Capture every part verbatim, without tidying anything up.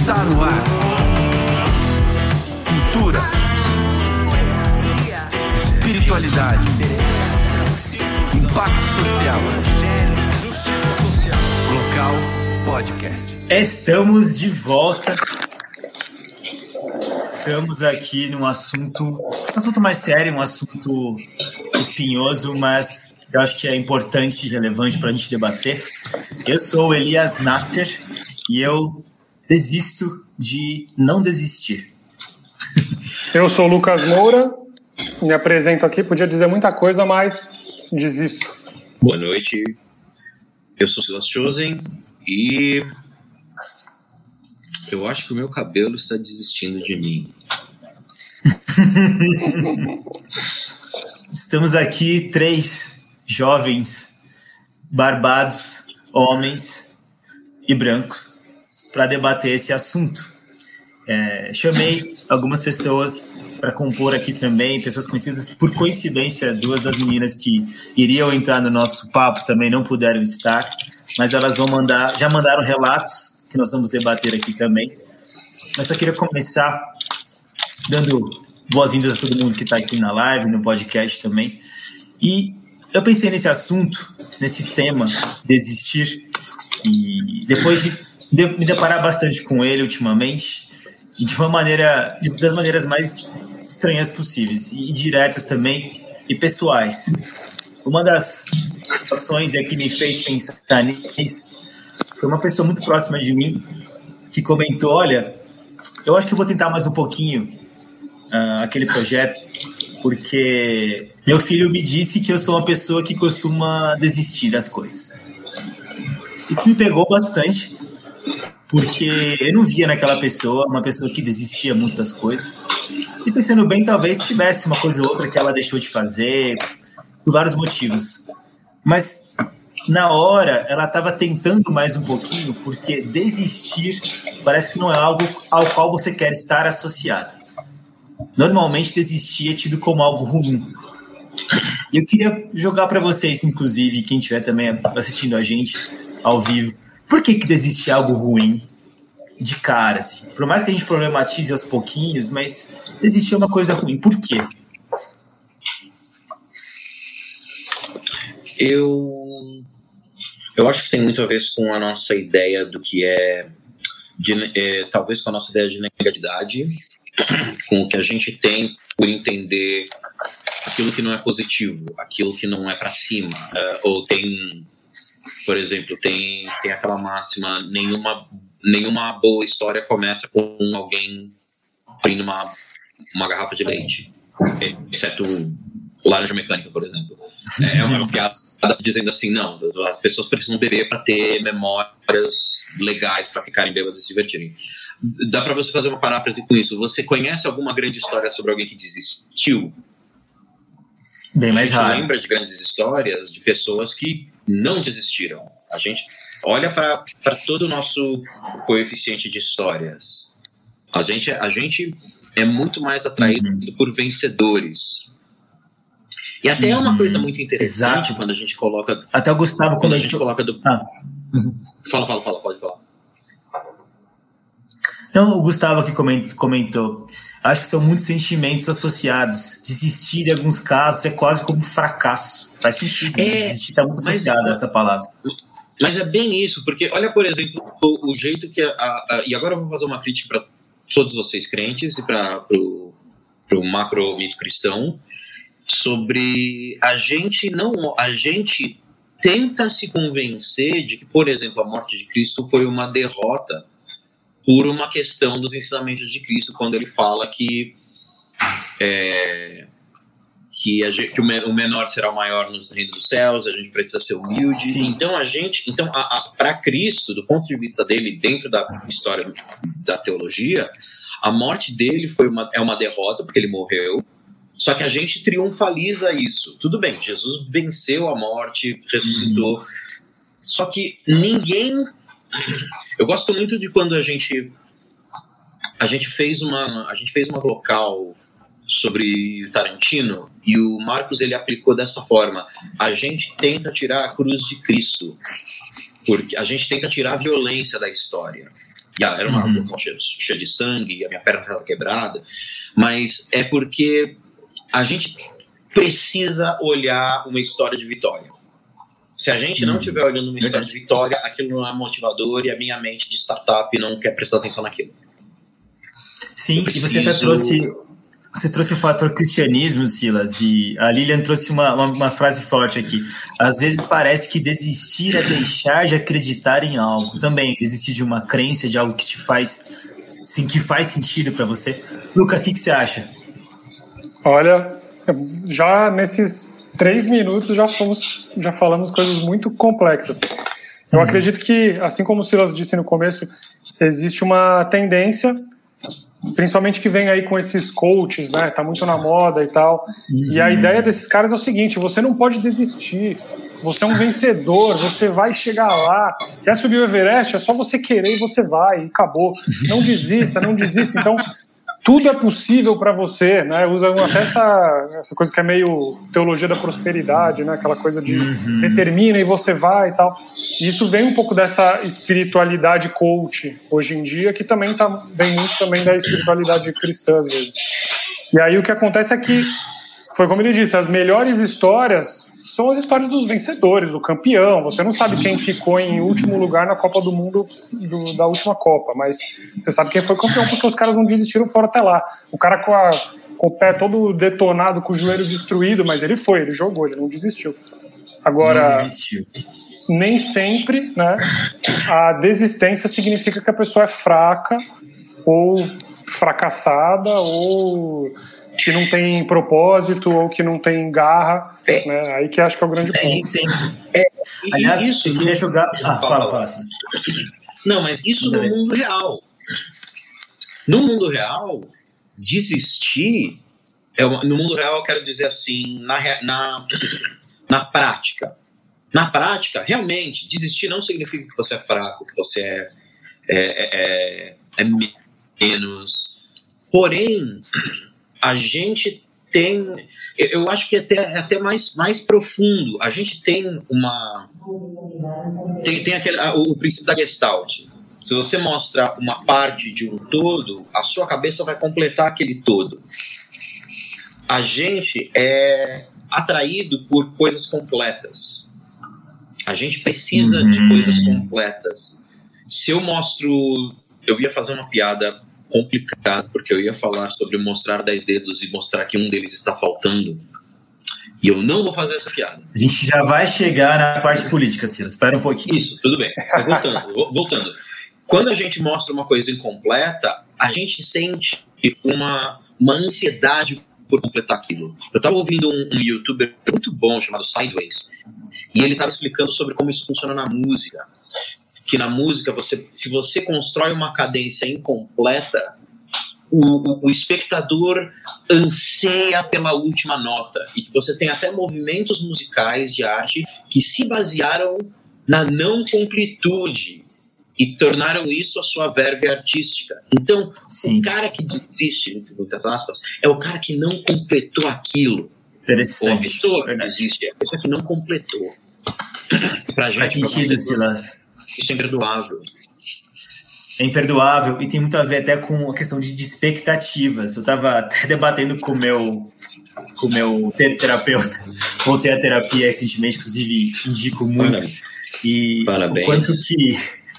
Está no ar. Cultura, espiritualidade, impacto social. Local Podcast. Estamos de volta. Estamos aqui num assunto, um assunto mais sério, um assunto espinhoso, mas eu acho que é importante e relevante para a gente debater. Eu sou o Elias Nasser e eu desisto de não desistir. Eu sou o Lucas Moura, me apresento aqui, podia dizer muita coisa, mas desisto. Boa noite, eu sou o Silas Chosen e eu acho que o meu cabelo está desistindo de mim. Estamos aqui, três jovens, barbados, homens e brancos, para debater esse assunto. É, chamei algumas pessoas para compor aqui também, pessoas conhecidas. Por coincidência, duas das meninas que iriam entrar no nosso papo também não puderam estar, mas elas vão mandar, já mandaram relatos que nós vamos debater aqui também. Mas só queria começar dando boas-vindas a todo mundo que está aqui na live, no podcast também. E eu pensei nesse assunto, nesse tema, desistir, e depois de de me deparar bastante com ele ultimamente, e de uma maneira, de, das maneiras mais estranhas possíveis, e diretas também, e pessoais. Uma das situações é que me fez pensar nisso foi uma pessoa muito próxima de mim que comentou: olha, eu acho que eu vou tentar mais um pouquinho uh, aquele projeto, porque meu filho me disse que eu sou uma pessoa que costuma desistir das coisas. Isso me pegou bastante, porque eu não via naquela pessoa uma pessoa que desistia muito das coisas. E pensando bem, talvez tivesse uma coisa ou outra que ela deixou de fazer, por vários motivos. Mas, na hora, ela estava tentando mais um pouquinho, porque desistir parece que não é algo ao qual você quer estar associado. Normalmente, desistir é tido como algo ruim. E eu queria jogar para vocês, inclusive, quem estiver também assistindo a gente ao vivo, por que que desistir é algo ruim de cara, assim? Por mais que a gente problematize aos pouquinhos, mas desistir é uma coisa ruim. Por quê? Eu, eu acho que tem muito a ver com a nossa ideia do que é, de, é, talvez com a nossa ideia de negatividade, com o que a gente tem por entender aquilo que não é positivo, aquilo que não é para cima, uh, ou tem... Por exemplo, tem, tem aquela máxima: nenhuma, nenhuma boa história começa com alguém abrindo uma, uma garrafa de leite, exceto laranja mecânica, por exemplo. É uma piada dizendo assim: não, as pessoas precisam beber para ter memórias legais, para ficarem bêbadas e se divertirem. Dá para você fazer uma paráfrase com isso. Você conhece alguma grande história sobre alguém que desistiu? Bem mais raro. A gente lembra de grandes histórias de pessoas que não desistiram. A gente olha para todo o nosso coeficiente de histórias. A gente, a gente é muito mais atraído uhum. por vencedores. E até uhum. é uma coisa muito interessante. Exato. Quando a gente coloca... Até o Gustavo quando comentou... a gente coloca do... ah. uhum. Fala, fala, fala, pode falar. Então, o Gustavo que comentou, acho que são muitos sentimentos associados. Desistir, em alguns casos, é quase como um fracasso. Faz sentido, é, né? Desistir está muito associado a essa palavra. Mas é bem isso, porque olha, por exemplo, o, o jeito que... A, a, e agora eu vou fazer uma crítica para todos vocês crentes e para o macro mito cristão, sobre a gente não... A gente tenta se convencer de que, por exemplo, a morte de Cristo foi uma derrota por uma questão dos ensinamentos de Cristo, quando ele fala que, é, que, a gente, que o menor será o maior no reino dos céus, a gente precisa ser humilde. Sim. Então, a gente, então para Cristo, do ponto de vista dele, dentro da história da teologia, a morte dele foi uma, é uma derrota, porque ele morreu, só que a gente triunfaliza isso. Tudo bem, Jesus venceu a morte, ressuscitou, hum. só que ninguém... Eu gosto muito de quando a gente a gente fez uma a gente fez uma local sobre o Tarantino e o Marcos ele aplicou dessa forma: a gente tenta tirar a cruz de Cristo, porque a gente tenta tirar a violência da história. E ah, era uma uhum. local cheia, cheia de sangue, a minha perna estava quebrada. Mas é porque a gente precisa olhar uma história de vitória. Se a gente não estiver olhando uma história de vitória, aquilo não é motivador e a minha mente de startup não quer prestar atenção naquilo. Sim, preciso... e você até trouxe, você trouxe o fator cristianismo, Silas, e a Lilian trouxe uma, uma, uma frase forte aqui. Às vezes parece que desistir é deixar de acreditar em algo. Também desistir de uma crença, de algo que te faz, sim, que faz sentido para você. Lucas, o que, que você acha? Olha, já nesses três minutos já, fomos, já falamos coisas muito complexas. Eu uhum. acredito que, assim como o Silas disse no começo, existe uma tendência, principalmente que vem aí com esses coaches, né? Tá muito na moda e tal. Uhum. E a ideia desses caras é o seguinte: você não pode desistir. Você é um vencedor, você vai chegar lá. Quer subir o Everest? É só você querer e você vai, e acabou. Não desista, não desista. Então, tudo é possível para você, né? Usam até essa, essa coisa que é meio teologia da prosperidade, né? Aquela coisa de uhum. determina e você vai e tal. E isso vem um pouco dessa espiritualidade coach hoje em dia, que também tá, vem muito também da espiritualidade cristã às vezes. E aí o que acontece é que, foi como ele disse, as melhores histórias são as histórias dos vencedores, do campeão. Você não sabe quem ficou em último lugar na Copa do Mundo do, da última Copa, mas você sabe quem foi campeão porque os caras não desistiram, foram até lá. O cara com, a, com o pé todo detonado, com o joelho destruído, mas ele foi, ele jogou, ele não desistiu. Agora, não desistiu. Nem sempre, né, a desistência significa que a pessoa é fraca ou fracassada ou que não tem propósito ou que não tem garra, é. né? Aí que acho que é o grande ponto. É, sempre. É. Aliás, isso, eu queria jogar... Ah, fala, fala. Assim. Não, mas isso no mundo real. No mundo real, desistir... É uma, no mundo real, eu quero dizer assim, na, na, na prática. Na prática, realmente, desistir não significa que você é fraco, que você é, é, é, é menos. Porém... a gente tem, eu acho que é até, é até mais, mais profundo, a gente tem uma, tem, tem aquele, o, o princípio da Gestalt. Se você mostra uma parte de um todo, a sua cabeça vai completar aquele todo. A gente é atraído por coisas completas. A gente precisa uhum. de coisas completas. Se eu mostro, eu ia fazer uma piada complicado, porque eu ia falar sobre mostrar dez dedos e mostrar que um deles está faltando. E eu não vou fazer essa piada. A gente já vai chegar na parte política, Silas. Espera um pouquinho. Isso, tudo bem. Voltando, voltando. Quando a gente mostra uma coisa incompleta, a gente sente uma, uma ansiedade por completar aquilo. Eu estava ouvindo um, um youtuber muito bom chamado Sideways, e ele estava explicando sobre como isso funciona na música. Que na música, você, se você constrói uma cadência incompleta, o, o, o espectador anseia pela última nota. E que você tem até movimentos musicais de arte que se basearam na não completude e tornaram isso a sua verve artística. Então, Sim. o cara que desiste, entre muitas aspas, é o cara que não completou aquilo. Interessante. Ou a pessoa que desiste é a pessoa que não completou. Pra gente, Faz sentido, Silas. Isso é imperdoável. É imperdoável e tem muito a ver até com a questão de, de expectativas. Eu estava até debatendo com o meu, com o meu terapeuta. Voltei à terapia recentemente, inclusive indico muito. Parabéns. E Parabéns. o quanto que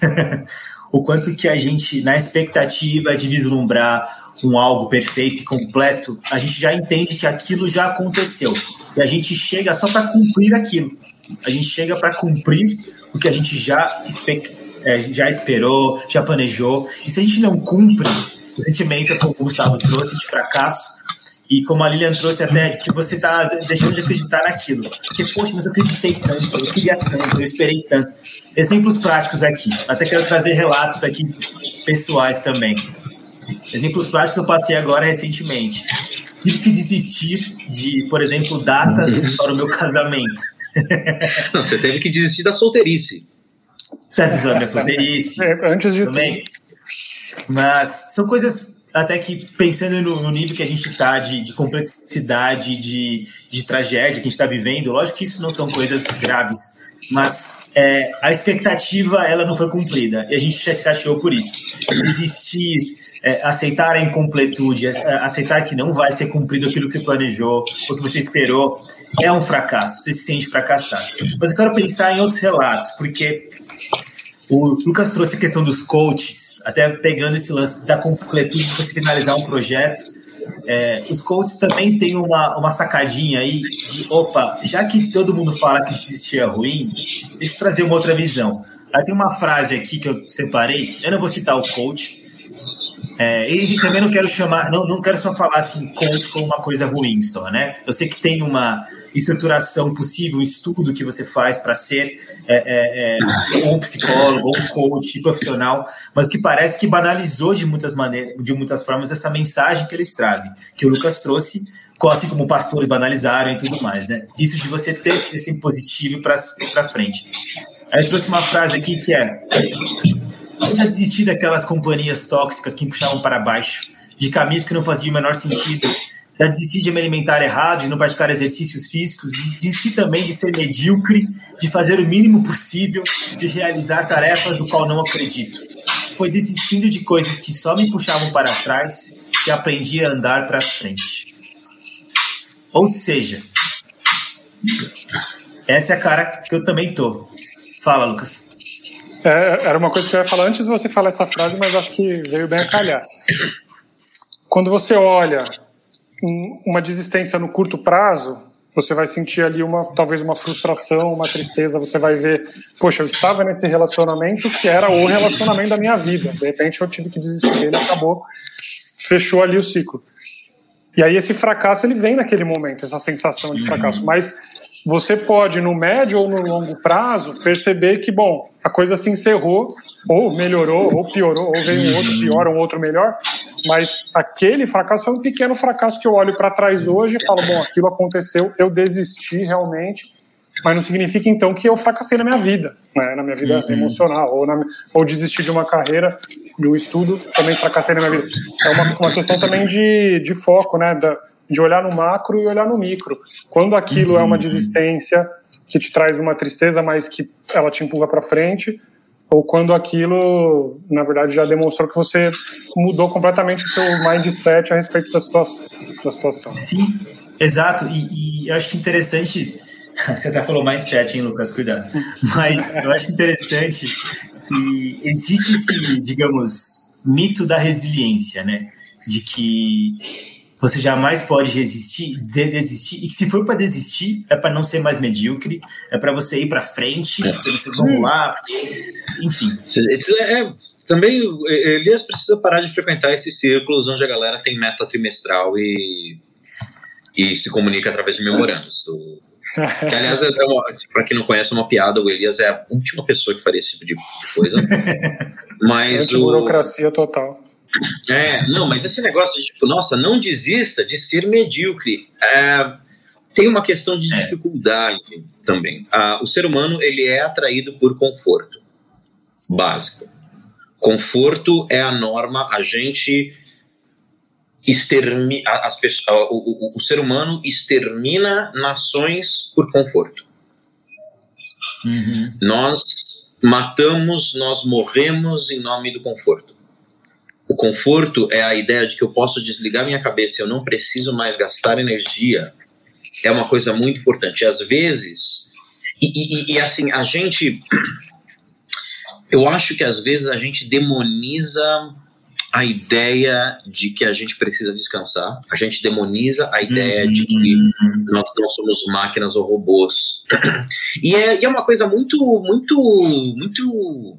o quanto que a gente, na expectativa de vislumbrar um algo perfeito e completo, a gente já entende que aquilo já aconteceu. E a gente chega só para cumprir aquilo. A gente chega para cumprir o que a gente já, espe- é, já esperou, já planejou. E se a gente não cumpre, o sentimento, como o Gustavo trouxe, de fracasso, e como a Lilian trouxe até, de que você está deixando de acreditar naquilo. Porque, poxa, mas eu acreditei tanto, eu queria tanto, eu esperei tanto. Exemplos práticos aqui. Até quero trazer relatos aqui pessoais também. Exemplos práticos eu passei agora recentemente. Tive que desistir de, por exemplo, datas para o meu casamento. Não, você teve que desistir da solteirice. Já desistiu da solteirice. Antes de também. Tudo. Mas são coisas até que, pensando no, no nível que a gente está de, de complexidade, de, de tragédia que a gente está vivendo, lógico que isso não são coisas graves, mas é, a expectativa ela não foi cumprida e a gente se chateou por isso. Desistir, é, aceitar a incompletude, é, aceitar que não vai ser cumprido aquilo que você planejou, o que você esperou, é um fracasso, você se sente fracassado. Mas eu quero pensar em outros relatos, porque o Lucas trouxe a questão dos coaches, até pegando esse lance da completude de você finalizar um projeto. É, os coaches também têm uma, uma sacadinha aí de, opa, já que todo mundo fala que desistir é ruim, deixa eu trazer uma outra visão. Aí tem uma frase aqui que eu separei, eu não vou citar o coach, é, e também não quero chamar, não, não quero só falar assim, coach como uma coisa ruim só, né? Eu sei que tem uma estruturação possível, um estudo que você faz para ser é, é, é, um psicólogo, ou um coach profissional, mas o que parece que banalizou de muitas maneiras, de muitas formas essa mensagem que eles trazem, que o Lucas trouxe, assim como pastores banalizaram e tudo mais, né? Isso de você ter que ser sempre positivo para frente. Aí eu trouxe uma frase aqui que é: eu já desisti daquelas companhias tóxicas que me puxavam para baixo, de caminhos que não faziam o menor sentido. Já desisti de me alimentar errado, de não praticar exercícios físicos. Desisti também de ser medíocre, de fazer o mínimo possível, de realizar tarefas do qual não acredito. Foi desistindo de coisas que só me puxavam para trás que aprendi a andar para frente. Ou seja, essa é a cara que eu também tô. Fala, Lucas. É, era uma coisa que eu ia falar antes de você falar essa frase, mas acho que veio bem a calhar. Quando você olha uma desistência no curto prazo, você vai sentir ali uma, talvez uma frustração, uma tristeza, você vai ver, poxa, eu estava nesse relacionamento que era o relacionamento da minha vida, de repente eu tive que desistir dele, acabou, fechou ali o ciclo. E aí esse fracasso, ele vem naquele momento, essa sensação de fracasso, mas você pode, no médio ou no longo prazo, perceber que, bom, a coisa se encerrou, ou melhorou, ou piorou, ou veio um outro pior, um outro melhor, mas aquele fracasso foi um pequeno fracasso que eu olho para trás hoje e falo, bom, aquilo aconteceu, eu desisti realmente, mas não significa então que eu fracassei na minha vida, né, na minha vida uhum. emocional, ou, na, ou desisti de uma carreira, de um estudo, também fracassei na minha vida. É uma, uma questão também de, de foco, né, da, de olhar no macro e olhar no micro. Quando aquilo é uma desistência que te traz uma tristeza, mas que ela te empurra para frente, ou quando aquilo, na verdade, já demonstrou que você mudou completamente o seu mindset a respeito da situação. Da situação. Sim, exato. E, e eu acho que interessante, você até falou mindset, hein, Lucas? Cuidado. Mas eu acho interessante que existe esse, digamos, mito da resiliência, né? De que você jamais pode resistir, de desistir, e que se for para desistir, é para não ser mais medíocre, é para você ir para frente, é. Porque você vamos lá, porque, enfim. É, também, Elias precisa parar de frequentar esses círculos onde a galera tem meta trimestral e, e se comunica através de memorandos. Que, aliás, é para quem não conhece, é uma piada, o Elias é a última pessoa que faria esse tipo de coisa. Mas é burocracia o... total. É, não, mas esse negócio de tipo, nossa, não desista de ser medíocre. É, tem uma questão de dificuldade também. Ah, o ser humano, ele é atraído por conforto básico. Conforto é a norma, a gente extermina, as pessoas, o, o, o ser humano extermina nações por conforto. Uhum. Nós matamos, nós morremos em nome do conforto. O conforto é a ideia de que eu posso desligar minha cabeça, eu não preciso mais gastar energia. É uma coisa muito importante. Às vezes, e, e, e assim, a gente... Eu acho que às vezes a gente demoniza a ideia de que a gente precisa descansar. A gente demoniza a ideia de que nós não somos máquinas ou robôs. E é, e é uma coisa muito, muito, muito...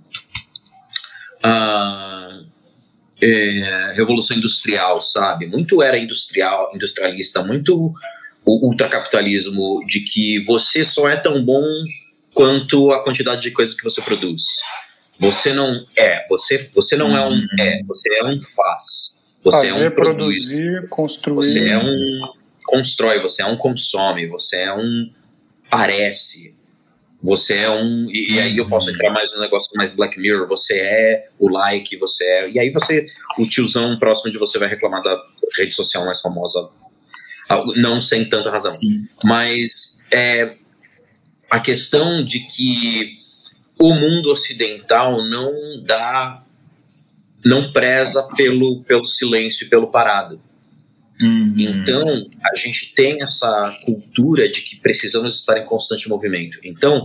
Uh, É, revolução industrial, sabe? Muito era industrial, industrialista, muito o ultracapitalismo, de que você só é tão bom quanto a quantidade de coisas que você produz. Você não é, você, você não é um é, você é um faz. Você Fazer, é um produz, produzir, construir. Você é um constrói, você é um consome, você é um parece. Você é um... E, e aí eu posso entrar mais no negócio mais Black Mirror. Você é o like, você é... E aí você... O tiozão próximo de você vai reclamar da rede social mais famosa. Não sem tanta razão. Sim. Mas é, a questão de que o mundo ocidental não dá, não preza pelo, pelo silêncio e pelo parado. Uhum. Então, a gente tem essa cultura de que precisamos estar em constante movimento. Então,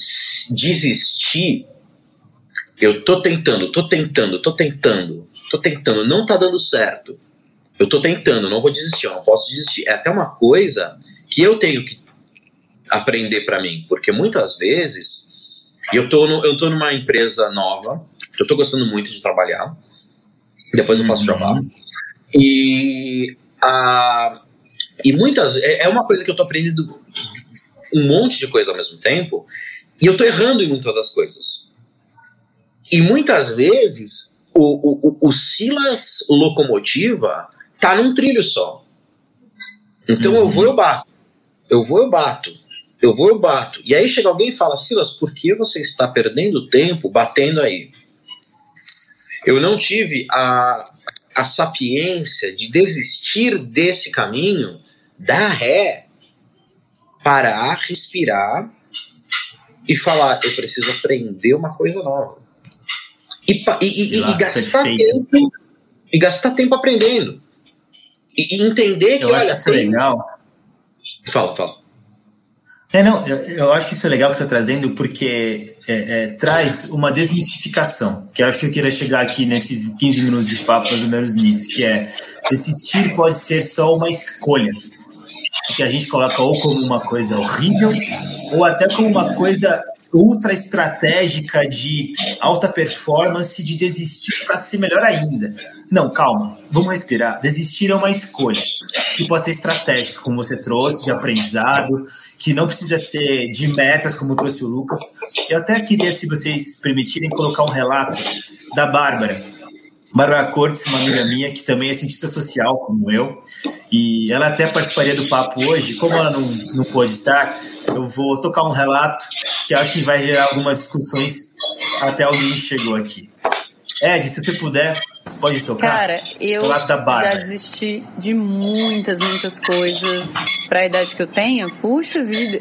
desistir, eu tô tentando, tô tentando, tô tentando, tô tentando, não tá dando certo. Eu tô tentando, não vou desistir, eu não posso desistir. É até uma coisa que eu tenho que aprender para mim, porque muitas vezes eu tô, no, eu tô numa empresa nova, eu tô gostando muito de trabalhar, depois eu faço uhum. Java, e, a, e muitas é, é uma coisa que eu tô aprendendo um monte de coisa ao mesmo tempo, e eu tô errando em muitas das coisas. E muitas vezes o, o, o Silas locomotiva tá num trilho só. Então uhum. eu vou, eu bato. Eu vou, eu bato. Eu vou, eu bato. E aí chega alguém e fala, Silas, por que você está perdendo tempo batendo aí? Eu não tive a, a sapiência de desistir desse caminho, dar ré, parar, respirar e falar, eu preciso aprender uma coisa nova. E, e, e, e, gastar tempo, e gastar tempo aprendendo. E, e entender que, eu olha... acho que isso tem... é legal. Fala, fala. É, não, eu, eu acho que isso é legal que você está trazendo, porque é, é, traz uma desmistificação, que eu acho que eu queria chegar aqui nesses quinze minutos de papo, mais ou menos nisso, que é, desistir pode ser só uma escolha, que a gente coloca ou como uma coisa horrível, ou até como uma coisa ultra estratégica de alta performance, de desistir para ser melhor ainda. Não, calma, vamos respirar. Desistir é uma escolha, que pode ser estratégica, como você trouxe, de aprendizado, que não precisa ser de metas, como trouxe o Lucas. Eu até queria, se vocês permitirem, colocar um relato da Bárbara. Bárbara Cortes, uma amiga minha, que também é cientista social, como eu, e ela até participaria do papo hoje. Como ela não, não pôde estar, eu vou tocar um relato que acho que vai gerar algumas discussões até onde a gente chegou aqui. Ed, se você puder, pode tocar. Cara, eu já desisti de muitas, muitas coisas para a idade que eu tenho. Puxa vida!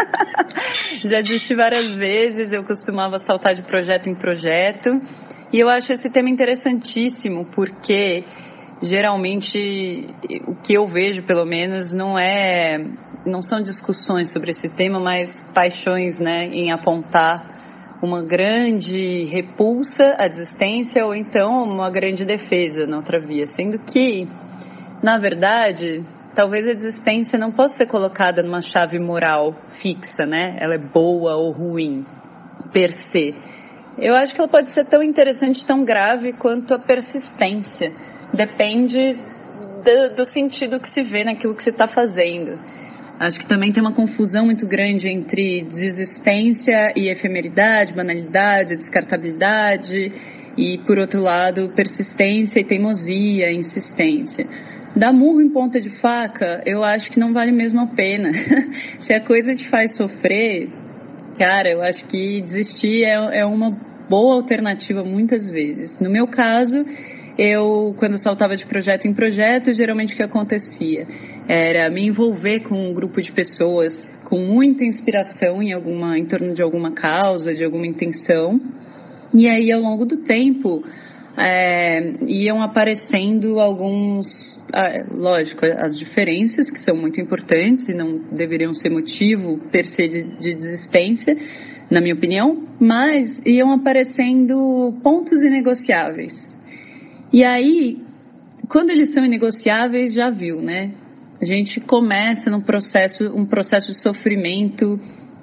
Já desisti várias vezes, eu costumava saltar de projeto em projeto. E eu acho esse tema interessantíssimo, porque geralmente o que eu vejo, pelo menos, não é, não são discussões sobre esse tema, mas paixões, né, em apontar uma grande repulsa à desistência ou então uma grande defesa na outra via, sendo que, na verdade, talvez a desistência não possa ser colocada numa chave moral fixa, né? Ela é boa ou ruim, per se. Eu acho que ela pode ser tão interessante, tão grave quanto a persistência. Depende do, do sentido que se vê naquilo que você está fazendo. Acho que também tem uma confusão muito grande entre desistência e efemeridade, banalidade, descartabilidade e, por outro lado, persistência e teimosia, insistência. Dar murro em ponta de faca, eu acho que não vale mesmo a pena. Se a coisa te faz sofrer, cara, eu acho que desistir é, é uma boa alternativa muitas vezes. No meu caso, eu, quando saltava de projeto em projeto, geralmente o que acontecia era me envolver com um grupo de pessoas com muita inspiração em, alguma, em torno de alguma causa, de alguma intenção. E aí, ao longo do tempo, é, iam aparecendo alguns... Ah, lógico, as diferenças, que são muito importantes e não deveriam ser motivo per se de, de desistência, na minha opinião, mas iam aparecendo pontos inegociáveis. E aí, quando eles são inegociáveis, já viu, né? A gente começa num processo, um processo de sofrimento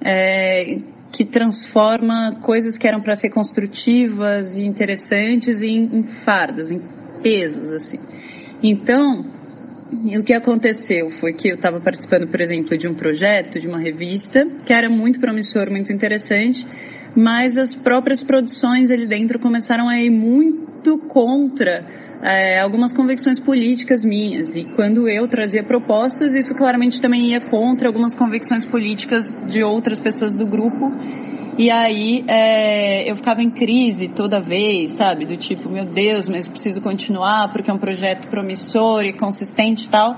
é, que transforma coisas que eram para ser construtivas e interessantes em, em fardas, em pesos, assim. Então, o que aconteceu foi que eu estava participando, por exemplo, de um projeto, de uma revista, que era muito promissor, muito interessante, mas as próprias produções ali dentro começaram a ir muito contra é, algumas convicções políticas minhas. E quando eu trazia propostas, isso claramente também ia contra algumas convicções políticas de outras pessoas do grupo. E aí é, eu ficava em crise toda vez, sabe? Do tipo, meu Deus, mas preciso continuar porque é um projeto promissor e consistente e tal.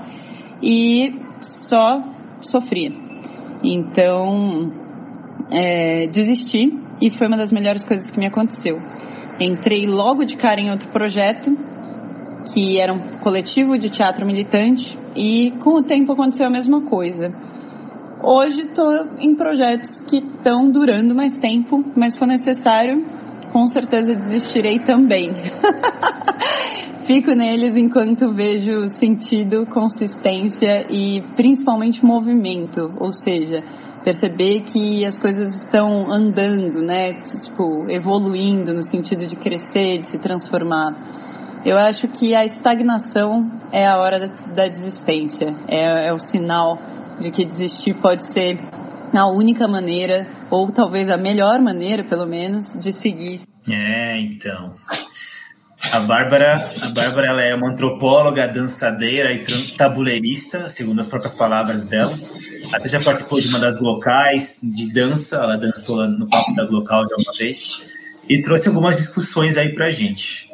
E só sofria. Então, é, desisti. e foi uma das melhores coisas que me aconteceu. Entrei logo de cara em outro projeto, que era um coletivo de teatro militante, e com o tempo aconteceu a mesma coisa. Hoje estou em projetos que estão durando mais tempo, mas se for necessário, com certeza desistirei também. Fico neles enquanto vejo sentido, consistência e principalmente movimento, ou seja, perceber que as coisas estão andando, né, tipo, evoluindo no sentido de crescer, de se transformar. Eu acho que a estagnação é a hora da, da desistência, é, é o sinal de que desistir pode ser a única maneira, ou talvez a melhor maneira, pelo menos, de seguir. É, então. A Bárbara, a Bárbara ela é uma antropóloga, dançadeira e tabuleirista, segundo as próprias palavras dela. Até já participou de uma das Glocais de dança, ela dançou lá no palco da Glocal já uma vez, e trouxe algumas discussões aí pra gente.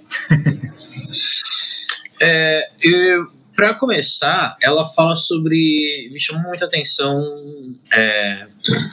É, para começar, ela fala sobre, me chamou muita atenção é,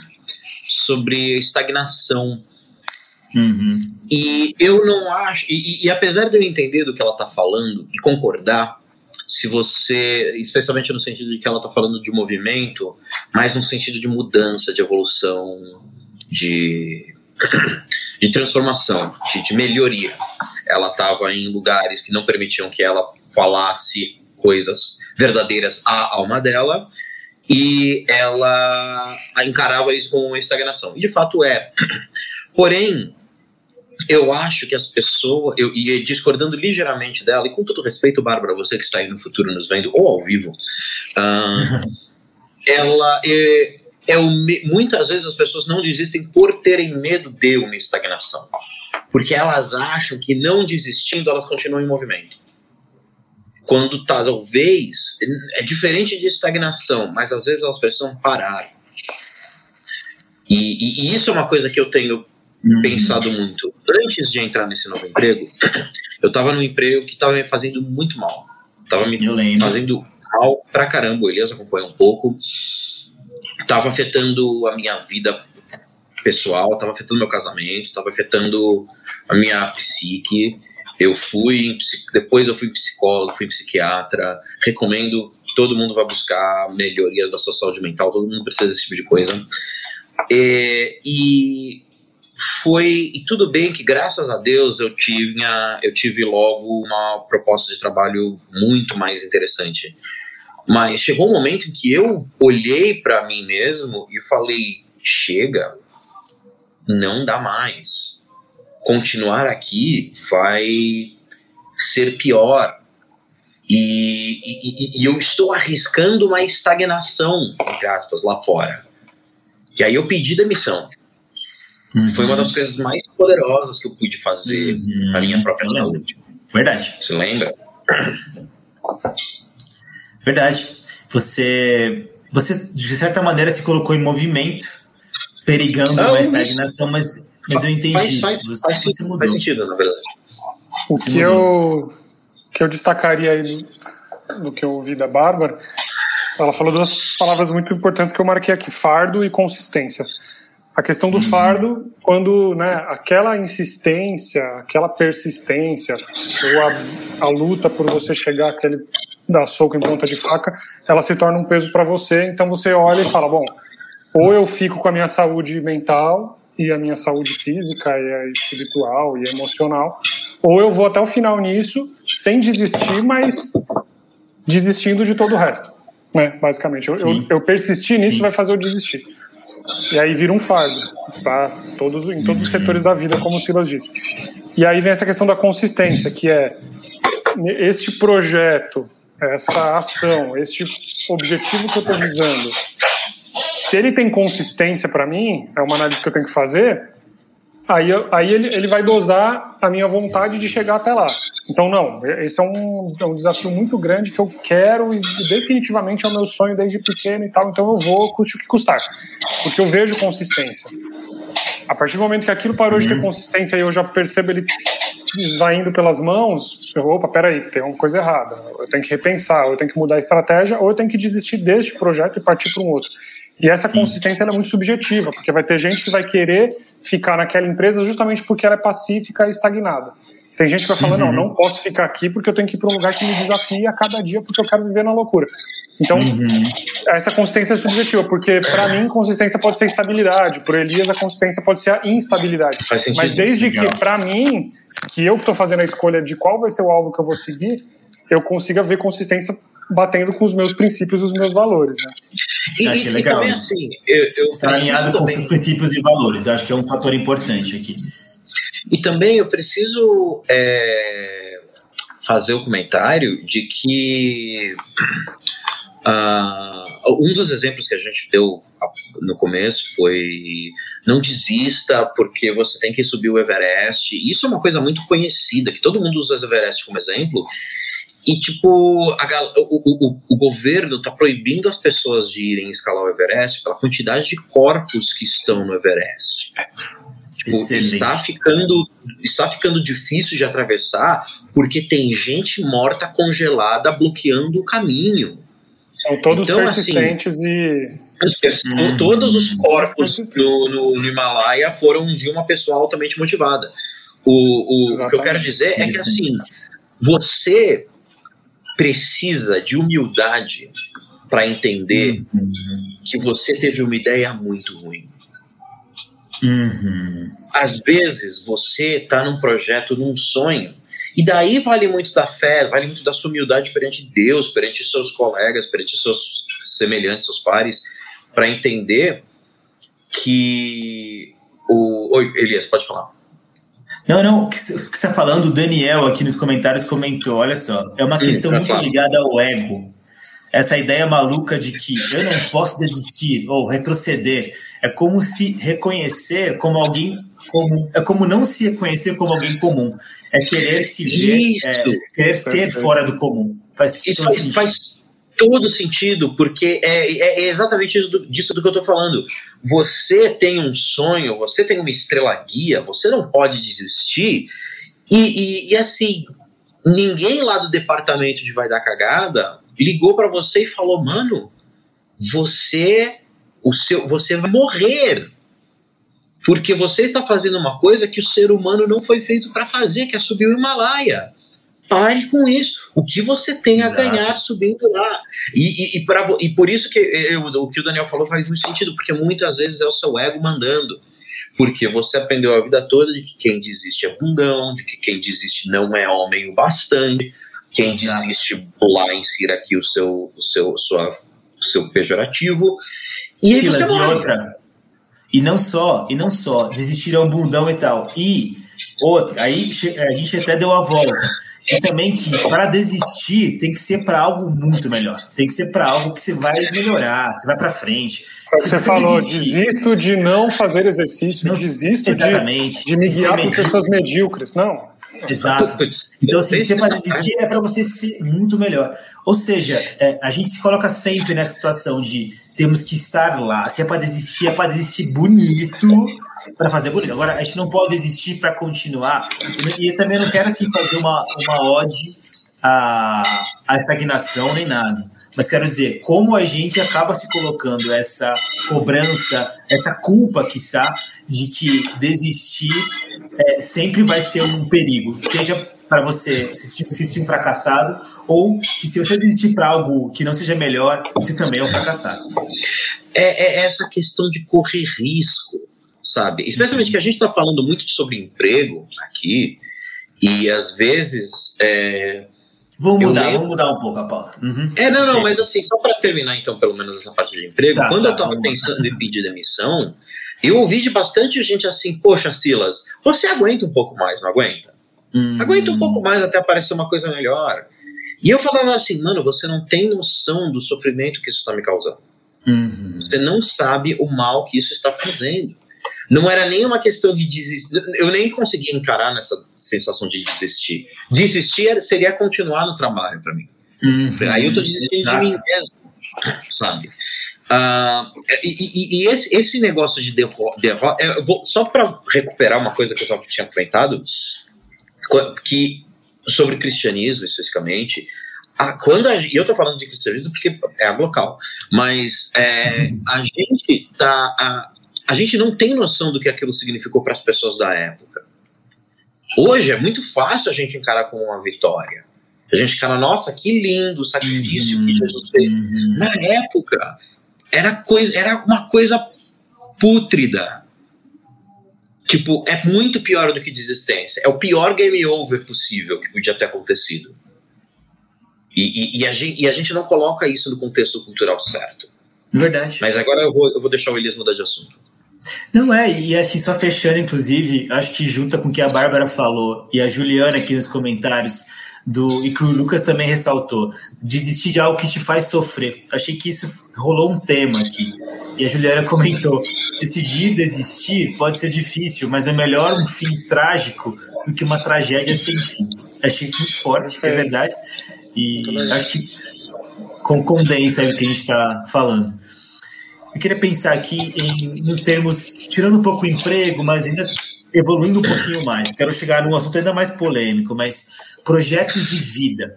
sobre estagnação. Uhum. E eu não acho, e, e apesar de eu entender do que ela está falando e concordar, se você, especialmente no sentido de que ela está falando de movimento, mas no sentido de mudança, de evolução, de, de transformação, de, de melhoria. Ela estava em lugares que não permitiam que ela falasse coisas verdadeiras à alma dela, e ela encarava isso como uma estagnação. E de fato é. Porém, eu acho que as pessoas, eu, e discordando ligeiramente dela, e com todo respeito, Bárbara, você que está aí no futuro nos vendo, ou ao vivo, uh, ela é, é o, muitas vezes as pessoas não desistem por terem medo de uma estagnação, porque elas acham que não desistindo elas continuam em movimento. Quando talvez, é diferente de estagnação, mas às vezes elas precisam parar. E, e, e isso é uma coisa que eu tenho Uhum. pensado muito. Antes de entrar nesse novo emprego, eu estava num emprego que estava me fazendo muito mal. Estava me fazendo mal pra caramba. O Elias acompanha um pouco. Estava afetando a minha vida pessoal, estava afetando meu casamento, estava afetando a minha psique. Eu fui, depois eu fui psicólogo, fui psiquiatra. Recomendo que todo mundo vá buscar melhorias da sua saúde mental. Todo mundo precisa desse tipo de coisa. É, e foi, e tudo bem que graças a Deus eu, tinha, eu tive logo uma proposta de trabalho muito mais interessante, mas chegou um momento em que eu olhei para mim mesmo e falei, chega, não dá mais, continuar aqui vai ser pior, e, e, e eu estou arriscando uma estagnação, entre aspas, lá fora, e aí eu pedi demissão. Uhum. Foi uma das coisas mais poderosas que eu pude fazer uhum. para minha própria saúde. Verdade. Você lembra? Verdade. Você, você, de certa maneira, se colocou em movimento, perigando ah, uma estagnação, mas, mas eu entendi. Faz, faz, você, faz, você mudou. Faz sentido, na verdade. O que eu, que eu destacaria aí do que eu ouvi da Bárbara, ela falou duas palavras muito importantes que eu marquei aqui, fardo e consistência. A questão do fardo, quando, né, aquela insistência, aquela persistência, ou a, a luta por você chegar àquele dar soco em ponta de faca, ela se torna um peso para você, então você olha e fala, bom, ou eu fico com a minha saúde mental e a minha saúde física e a espiritual e emocional, ou eu vou até o final nisso, sem desistir, mas desistindo de todo o resto, né, basicamente. Eu, eu, eu persistir nisso Sim. vai fazer eu desistir. E aí vira um fardo pra todos, em todos os setores da vida, como o Silas disse. E aí vem essa questão da consistência, que é este projeto, essa ação, este objetivo que eu estou visando. Se ele tem consistência para mim, é uma análise que eu tenho que fazer, aí, aí ele, ele vai dosar a minha vontade de chegar até lá. Então, não, esse é um, é um desafio muito grande que eu quero e definitivamente é o meu sonho desde pequeno e tal, então eu vou, custe o que custar, porque eu vejo consistência. A partir do momento que aquilo parou de ter consistência e eu já percebo ele esvaindo pelas mãos, eu, opa, peraí, tem uma coisa errada, eu tenho que repensar, ou eu tenho que mudar a estratégia, ou eu tenho que desistir deste projeto e partir para um outro. E essa Sim. consistência ela é muito subjetiva, porque vai ter gente que vai querer ficar naquela empresa justamente porque ela é pacífica e estagnada. Tem gente que vai falar, uhum. não, não posso ficar aqui porque eu tenho que ir para um lugar que me desafie a cada dia porque eu quero viver na loucura. Então, uhum. essa consistência é subjetiva, porque para mim consistência pode ser estabilidade, por Elias a consistência pode ser a instabilidade. Mas desde Legal. que para mim, que eu estou fazendo a escolha de qual vai ser o alvo que eu vou seguir, eu consiga ver consistência batendo com os meus princípios e os meus valores. Né? E, Achei e, legal. E também, assim, eu, eu Está alinhado com os princípios e valores, eu acho que é um fator importante aqui. E também eu preciso é, fazer o comentário de que uh, um dos exemplos que a gente deu no começo foi não desista porque você tem que subir o Everest. Isso é uma coisa muito conhecida, que todo mundo usa o Everest como exemplo. E, tipo, a, o, o, o governo está proibindo as pessoas de irem escalar o Everest pela quantidade de corpos que estão no Everest. Tipo, está ficando, está ficando difícil de atravessar porque tem gente morta congelada bloqueando o caminho. São todos então, persistentes assim, e... Hum, todos os corpos no, no, no Himalaia foram de uma pessoa altamente motivada. O, o, o que eu quero dizer é que assim, você precisa de humildade para entender uhum. que você teve uma ideia muito ruim. Uhum. Às vezes você está num projeto, num sonho, e daí vale muito da fé, vale muito da sua humildade perante Deus, perante seus colegas, perante seus semelhantes, seus pares, para entender que o... Oi, Elias, pode falar. Não, não, o que você está falando, o Daniel aqui nos comentários comentou, olha só, é uma questão hum, muito falar. ligada ao ego. Essa ideia maluca de que eu não posso desistir ou retroceder. É como se reconhecer como alguém comum. É como não se reconhecer como alguém comum. É querer se ver, é, querer ser fora do comum. Faz Isso todo faz, faz todo sentido, porque é, é exatamente isso do, disso do que eu estou falando. Você tem um sonho, você tem uma estrela guia, você não pode desistir. E, e, e assim, ninguém lá do departamento de vai dar cagada ligou para você e falou, mano, você, o seu, você vai morrer, porque você está fazendo uma coisa que o ser humano não foi feito para fazer, que é subir o Himalaia. Pare com isso. O que você tem Exato. a ganhar subindo lá? E, e, e, pra, e por isso que eu, o que o Daniel falou faz muito sentido, porque muitas vezes é o seu ego mandando. Porque você aprendeu a vida toda de que quem desiste é bundão, de que quem desiste não é homem o bastante, quem desiste lá insira aqui o seu, o seu, sua, o seu pejorativo. E aí Silas, você e outra. E não só, e não só, desistir é um bundão e tal. E outra, aí a gente até deu a volta. E também que para desistir tem que ser para algo muito melhor. Tem que ser para algo que você vai melhorar, você vai para frente. Você, você falou, desistir, desisto de não fazer exercício, não, desisto exatamente, de, de me guiar por pessoas medíocres. Não. Exato. Então, assim, se é para desistir, é para você ser muito melhor. Ou seja, é, a gente se coloca sempre nessa situação de temos que estar lá. Se é para desistir, é para desistir bonito, para fazer bonito. Agora, a gente não pode desistir para continuar. E eu também não quero assim, fazer uma, uma ode à, à estagnação nem nada. Mas quero dizer, como a gente acaba se colocando essa cobrança, essa culpa, quiçá, de que desistir é, sempre vai ser um perigo. Seja para você se sentir um fracassado, ou que se você desistir para algo que não seja melhor, você também é um fracassado. É, é essa questão de correr risco, sabe? Especialmente que a gente está falando muito sobre emprego aqui, e às vezes... É, vamos mudar, lembro... vamos mudar um pouco a pauta. Uhum. É, não, não, mas assim, só para terminar então, pelo menos essa parte de emprego, tá, quando tá, eu estava pensando em pedir demissão, eu ouvi de bastante gente assim, poxa, Silas, você aguenta um pouco mais, não aguenta? Hum. Aguenta um pouco mais até aparecer uma coisa melhor. E eu falava assim, mano, você não tem noção do sofrimento que isso está me causando. Uhum. Você não sabe o mal que isso está fazendo. Não era nem uma questão de desistir. Eu nem conseguia encarar nessa sensação de desistir. Desistir seria continuar no trabalho para mim. Uhum. Aí eu tô desistindo Exato. de mim mesmo, sabe? Uh, e, e, e esse, esse negócio de derrota, derrota eu vou, só para recuperar uma coisa que eu já tinha comentado, que sobre cristianismo especificamente, a, quando a, e eu tô falando de cristianismo porque é a local, mas é, a gente tá a, a gente não tem noção do que aquilo significou para as pessoas da época. Hoje é muito fácil a gente encarar como uma vitória. A gente fica, nossa, que lindo o sacrifício uhum. que Jesus fez. Uhum. Na época, era, coisa, era uma coisa pútrida. Tipo, é muito pior do que desistência. É o pior game over possível que podia ter acontecido. E, e, e, a, gente, e a gente não coloca isso no contexto cultural certo. Verdade. Mas agora eu vou, eu vou deixar o Elias mudar de assunto. Não é, e assim, só fechando, inclusive, acho que junta com o que a Bárbara falou e a Juliana aqui nos comentários, do, e que o Lucas também ressaltou, desistir de algo que te faz sofrer. Achei que isso rolou um tema aqui. E a Juliana comentou, decidir desistir pode ser difícil, mas é melhor um fim trágico do que uma tragédia sem fim. Achei isso muito forte, é verdade. E acho que condensa aí o que a gente está falando. Eu queria pensar aqui em, em termos, tirando um pouco o emprego, mas ainda evoluindo um pouquinho mais. Quero chegar num assunto ainda mais polêmico, mas projetos de vida.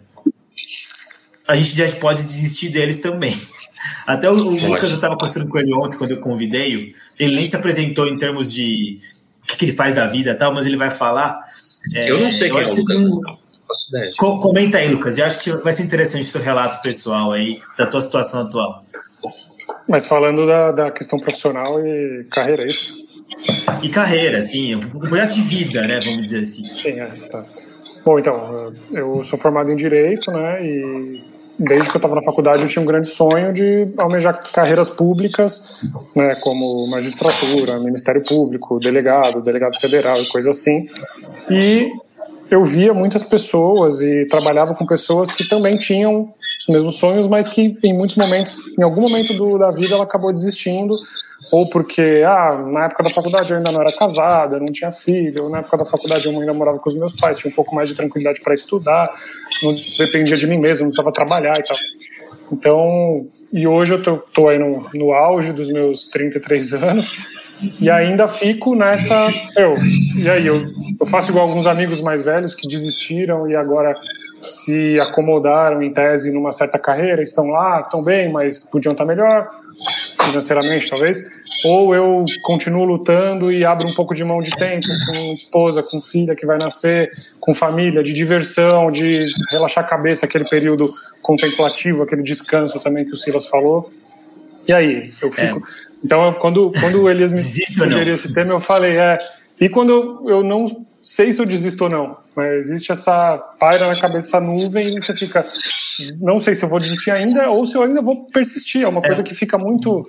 A gente já pode desistir deles também. Até o, o Lucas, eu estava conversando com ele ontem, quando eu convidei-o, ele nem se apresentou em termos de o que, que ele faz da vida e tal, mas ele vai falar. É, eu não sei quem é o Lucas. Um... Co- comenta aí, Lucas. Eu acho que vai ser interessante o seu relato pessoal aí, da tua situação atual. Mas falando da, da questão profissional e carreira, é isso? E carreira, sim, um projeto de vida, né, vamos dizer assim. Sim, é, tá. Bom, então, eu sou formado em Direito, né, e desde que eu estava na faculdade eu tinha um grande sonho de almejar carreiras públicas, né, como magistratura, Ministério Público, delegado, delegado federal e coisa assim. E eu via muitas pessoas e trabalhava com pessoas que também tinham os mesmos sonhos, mas que em muitos momentos, em algum momento do, da vida, ela acabou desistindo, ou porque, ah, na época da faculdade eu ainda não era casada, não tinha filho, ou na época da faculdade eu ainda morava com os meus pais, tinha um pouco mais de tranquilidade para estudar, não dependia de mim mesmo, não precisava trabalhar e tal. Então, e hoje eu tô, tô aí no, no auge dos meus trinta e três anos, e ainda fico nessa, eu, e aí, eu, eu faço igual alguns amigos mais velhos que desistiram e agora se acomodaram em tese numa certa carreira, estão lá, estão bem, mas podiam estar melhor, financeiramente talvez, ou eu continuo lutando e abro um pouco de mão de tempo com esposa, com filha que vai nascer, com família, de diversão, de relaxar a cabeça, aquele período contemplativo, aquele descanso também que o Silas falou. E aí, eu fico... É. Então, quando, quando o Elias me sugeriu esse tema, eu falei, é... E quando eu, eu não sei se eu desisto ou não, mas existe essa paira na cabeça, essa nuvem, e você fica... Não sei se eu vou desistir ainda ou se eu ainda vou persistir. É uma coisa é. que fica muito...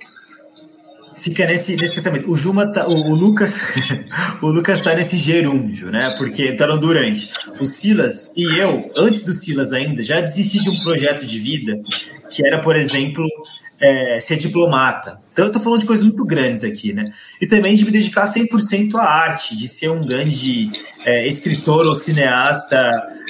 Fica nesse, nesse pensamento. O Juma tá, o, o Lucas o Lucas tá nesse gerúndio, né? Porque tá no durante. O Silas e eu, antes do Silas ainda, já desisti de um projeto de vida que era, por exemplo, é, ser diplomata. Então eu tô falando de coisas muito grandes aqui, né? E também de me dedicar cem por cento à arte, de ser um grande é, escritor ou cineasta,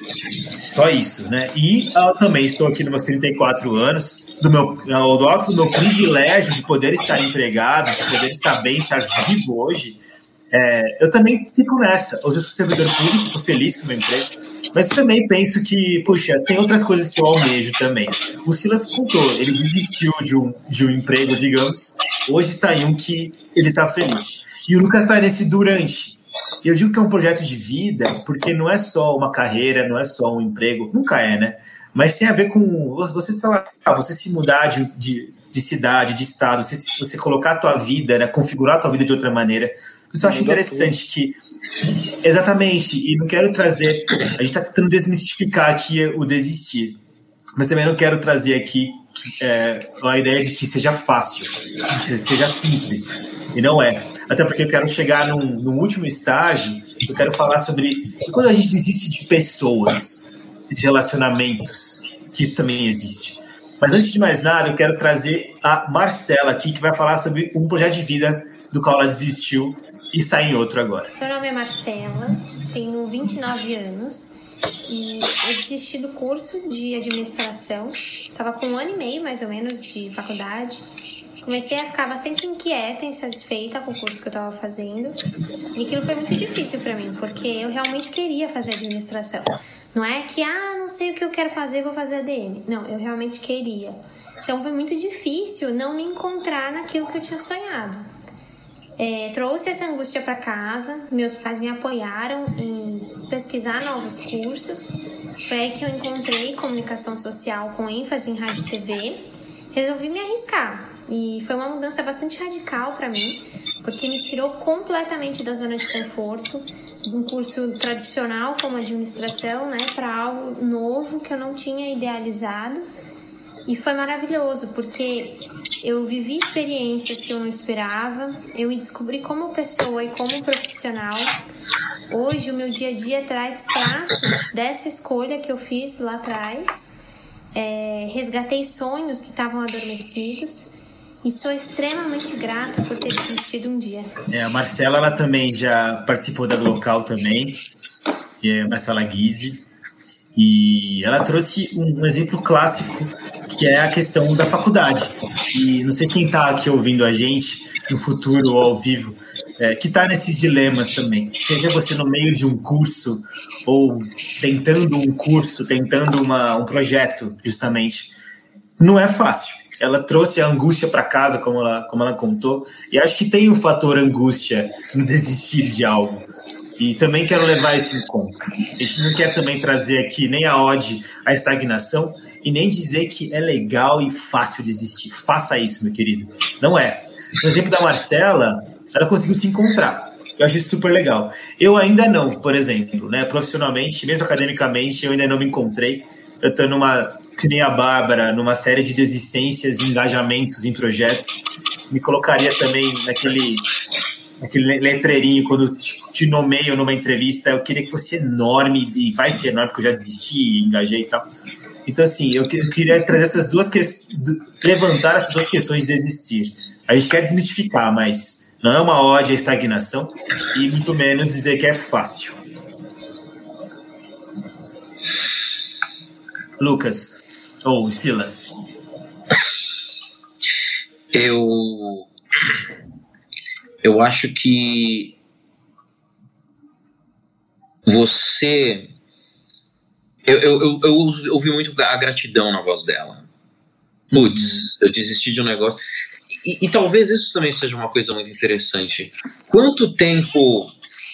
só isso, né? E eu também estou aqui nos meus trinta e quatro anos, do meu, do alto do meu privilégio de poder estar empregado, de poder estar bem, estar vivo hoje. É, eu também fico nessa. Hoje eu sou servidor público, estou feliz com o meu emprego, mas também penso que, puxa, tem outras coisas que eu almejo também. O Silas contou, ele desistiu de um, de um emprego, digamos, hoje está em um que ele está feliz. E o Lucas está nesse durante. Eu digo que é um projeto de vida, porque não é só uma carreira, não é só um emprego, nunca é, né? Mas tem a ver com você, sei lá, você se mudar de, de, de cidade, de estado, você, você colocar a tua vida, né, configurar a tua vida de outra maneira. Isso eu acho interessante que... Exatamente, e não quero trazer... A gente está tentando desmistificar aqui o desistir, mas também não quero trazer aqui é, a ideia de que seja fácil, de que seja simples, e não é. Até porque eu quero chegar num, num último estágio, eu quero falar sobre quando a gente desiste de pessoas, de relacionamentos, que isso também existe. Mas antes de mais nada, eu quero trazer a Marcela aqui, que vai falar sobre um projeto de vida do qual ela desistiu e está em outro agora. Meu nome é Marcela, tenho vinte e nove anos e eu desisti do curso de administração. Estava com um ano e meio, mais ou menos, de faculdade comecei a ficar bastante inquieta, insatisfeita com o curso que eu estava fazendo. E aquilo foi muito difícil para mim, porque eu realmente queria fazer administração. Não é que, ah, não sei o que eu quero fazer, vou fazer A D M. Não, eu realmente queria. Então foi muito difícil não me encontrar naquilo que eu tinha sonhado. É, trouxe essa angústia para casa, meus pais me apoiaram em pesquisar novos cursos. Foi aí que eu encontrei comunicação social com ênfase em rádio e T V. Resolvi me arriscar e foi uma mudança bastante radical para mim, porque me tirou completamente da zona de conforto, de um curso tradicional como administração, né, para algo novo que eu não tinha idealizado. E foi maravilhoso, porque eu vivi experiências que eu não esperava, eu me descobri como pessoa e como profissional. Hoje o meu dia a dia traz traços dessa escolha que eu fiz lá atrás. É, resgatei sonhos que estavam adormecidos e sou extremamente grata por ter desistido um dia. É, a Marcela, ela também já participou da Glocal também, é a Marcela Guise, e ela trouxe um, um exemplo clássico, que é a questão da faculdade. E não sei quem está aqui ouvindo a gente, no futuro ou ao vivo, é, que está nesses dilemas também. Seja você no meio de um curso ou tentando um curso, tentando uma, um projeto, justamente. Não é fácil. Ela trouxe a angústia para casa, como ela, como ela contou, e acho que tem o fator angústia no desistir de algo. E também quero levar isso em conta. A gente não quer também trazer aqui nem a ode à estagnação e nem dizer que é legal e fácil desistir. Faça isso, meu querido. Não é. No exemplo da Marcela, ela conseguiu se encontrar. Eu acho isso super legal. Eu ainda não, por exemplo, né? Profissionalmente, mesmo academicamente, eu ainda não me encontrei. Eu estou numa, que nem a Bárbara, numa série de desistências e engajamentos em projetos. Me colocaria também naquele... aquele letreirinho, quando te, te nomeio numa entrevista, eu queria que fosse enorme, e vai ser enorme, porque eu já desisti, engajei e tal. Então, assim, eu, eu queria trazer essas duas questões, levantar essas duas questões de desistir. A gente quer desmistificar, mas não é uma ode à estagnação, e muito menos dizer que é fácil. Lucas, ou Silas. Eu... Eu acho que você... Eu, eu, eu, eu ouvi muito a gratidão na voz dela. Putz, eu desisti de um negócio. E, e talvez isso também seja uma coisa muito interessante. Quanto tempo...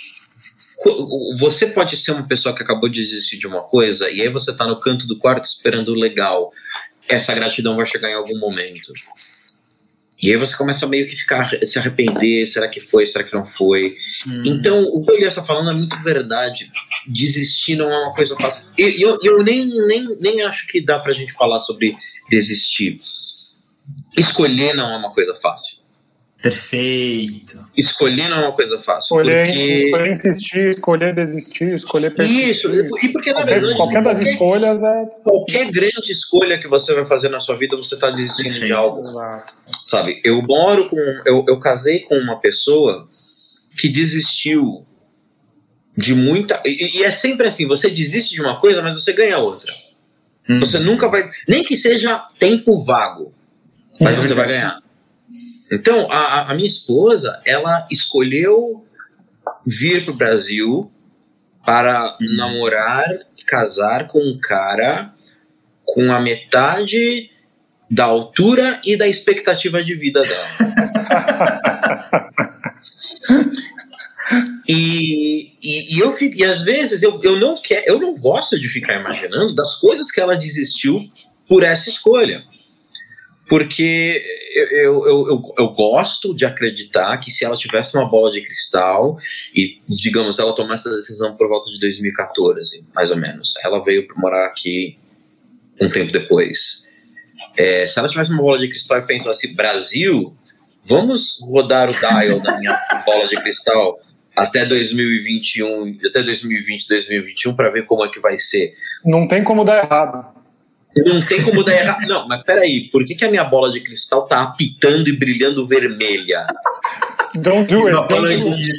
Você pode ser uma pessoa que acabou de desistir de uma coisa e aí você está no canto do quarto esperando o legal. Essa gratidão vai chegar em algum momento. E aí você começa a meio que ficar, se arrepender, será que foi, será que não foi? Hum. Então, o que o Elias está falando é muito verdade. Desistir não é uma coisa fácil. Eu, eu, eu nem, nem, nem acho que dá pra gente falar sobre desistir. Escolher não é uma coisa fácil. Perfeito. Escolher não é uma coisa fácil. Escolher, porque... escolher insistir, escolher desistir, escolher persistir. Isso, e porque na qualquer, verdade... Qualquer das qualquer, escolhas é... Qualquer grande escolha que você vai fazer na sua vida, você está desistindo Perfeito. de algo. Exato. Sabe, eu moro com... Eu, eu casei com uma pessoa que desistiu de muita... E, e é sempre assim, você desiste de uma coisa, mas você ganha outra. Hum. Você nunca vai... Nem que seja tempo vago, mas é você vai ganhar. Então, a, a minha esposa, ela escolheu vir para o Brasil para uhum. namorar e casar com um cara com a metade da altura e da expectativa de vida dela. e, e, e, eu, e às vezes eu, eu, não quer, eu não gosto de ficar imaginando das coisas que ela desistiu por essa escolha. Porque eu, eu, eu, eu gosto de acreditar que se ela tivesse uma bola de cristal e, digamos, ela tomasse essa decisão por volta de dois mil e catorze, mais ou menos. Ela veio morar aqui um tempo depois. É, se ela tivesse uma bola de cristal e pensasse, Brasil, vamos rodar o dial da minha bola de cristal até dois mil e vinte e um, até dois mil e vinte, dois mil e vinte e um, para ver como é que vai ser. Não tem como dar errado. Não tem como dar errado. Não, mas peraí, por que, que a minha bola de cristal tá apitando e brilhando vermelha? Don't do it. Don't do it.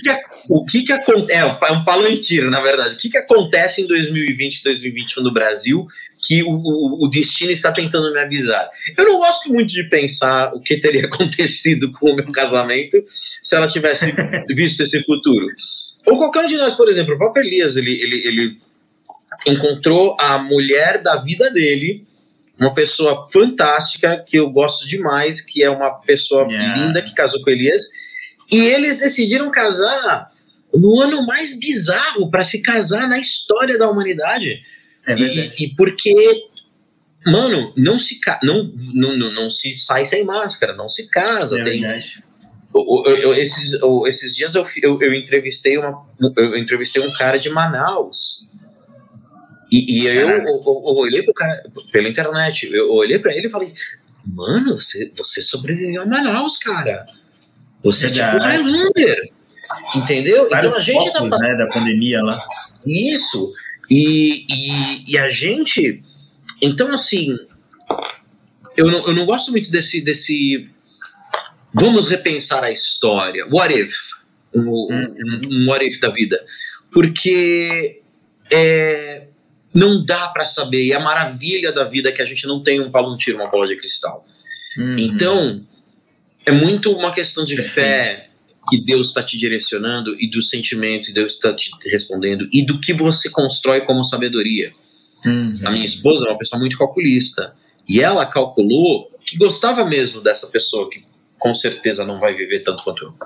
o que que acontece, é um palantir, na verdade, o que que acontece em dois mil e vinte, dois mil e vinte e um no Brasil que o, o, o destino está tentando me avisar? Eu não gosto muito de pensar o que teria acontecido com o meu casamento se ela tivesse visto esse futuro. Ou qualquer um de nós, por exemplo, o próprio Elias, ele, ele, ele encontrou a mulher da vida dele, uma pessoa fantástica, que eu gosto demais, que é uma pessoa yeah. linda, que casou com Elias, e eles decidiram casar no ano mais bizarro para se casar na história da humanidade. É verdade. E, e porque, mano, não se, não, não, não, não se sai sem máscara, não se casa. É tem, verdade. eu, eu, esses, eu, esses dias eu, eu, eu, entrevistei uma, eu entrevistei um cara de Manaus. E, e eu, eu, eu olhei pro cara pela internet, eu olhei pra ele e falei, mano, você, você sobreviveu a Manaus, cara. Você verdade. é tipo Highlander. Entendeu? Vários então a gente focos, tá... né, da pandemia lá. Isso. E, e, e a gente... Então, assim, eu não, eu não gosto muito desse, desse... Vamos repensar a história. What if? Um, um, um what if da vida. Porque é, não dá para saber. E a maravilha da vida é que a gente não tem um palantir, uma bola de cristal. Uhum. Então, é muito uma questão de Perfeito. fé, que Deus está te direcionando, e do sentimento que Deus está te respondendo, e do que você constrói como sabedoria. Uhum. A minha esposa é uma pessoa muito calculista, e ela calculou que gostava mesmo dessa pessoa, que com certeza não vai viver tanto quanto eu.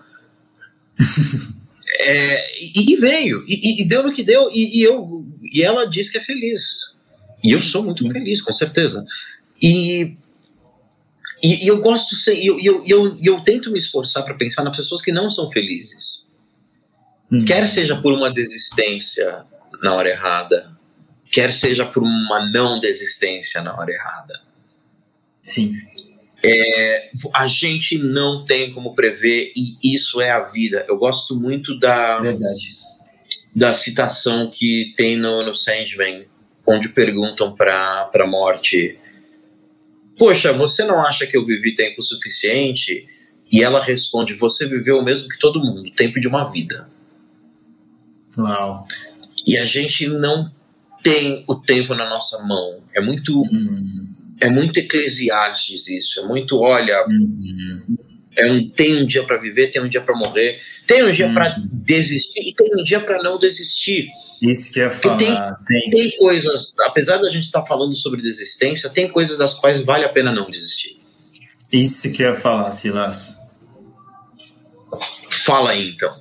é, e, e veio, e, e deu no que deu, e, e, eu, e ela diz que é feliz. E eu sou muito Sim. feliz, com certeza. E... E, e eu gosto de ser, e eu, eu, eu, eu tento me esforçar para pensar nas pessoas que não são felizes. Hum. Quer seja por uma desistência na hora errada, quer seja por uma não desistência na hora errada. Sim. É, a gente não tem como prever, e isso é a vida. Eu gosto muito da, Verdade. da citação que tem no, no Sandman, onde perguntam para a morte... Poxa, você não acha que eu vivi tempo suficiente? E ela responde, você viveu o mesmo que todo mundo, tempo de uma vida. Uau. E a gente não tem o tempo na nossa mão. É muito, hum. é muito Eclesiastes isso. É muito, olha, hum. é um, tem um dia para viver, tem um dia para morrer, tem um dia hum. para desistir e tem um dia para não desistir. Isso que eu ia falar. Tem, tem... tem coisas, apesar da gente estar falando sobre desistência, tem coisas das quais vale a pena não desistir. Isso que eu ia falar, Silas. Fala aí, então.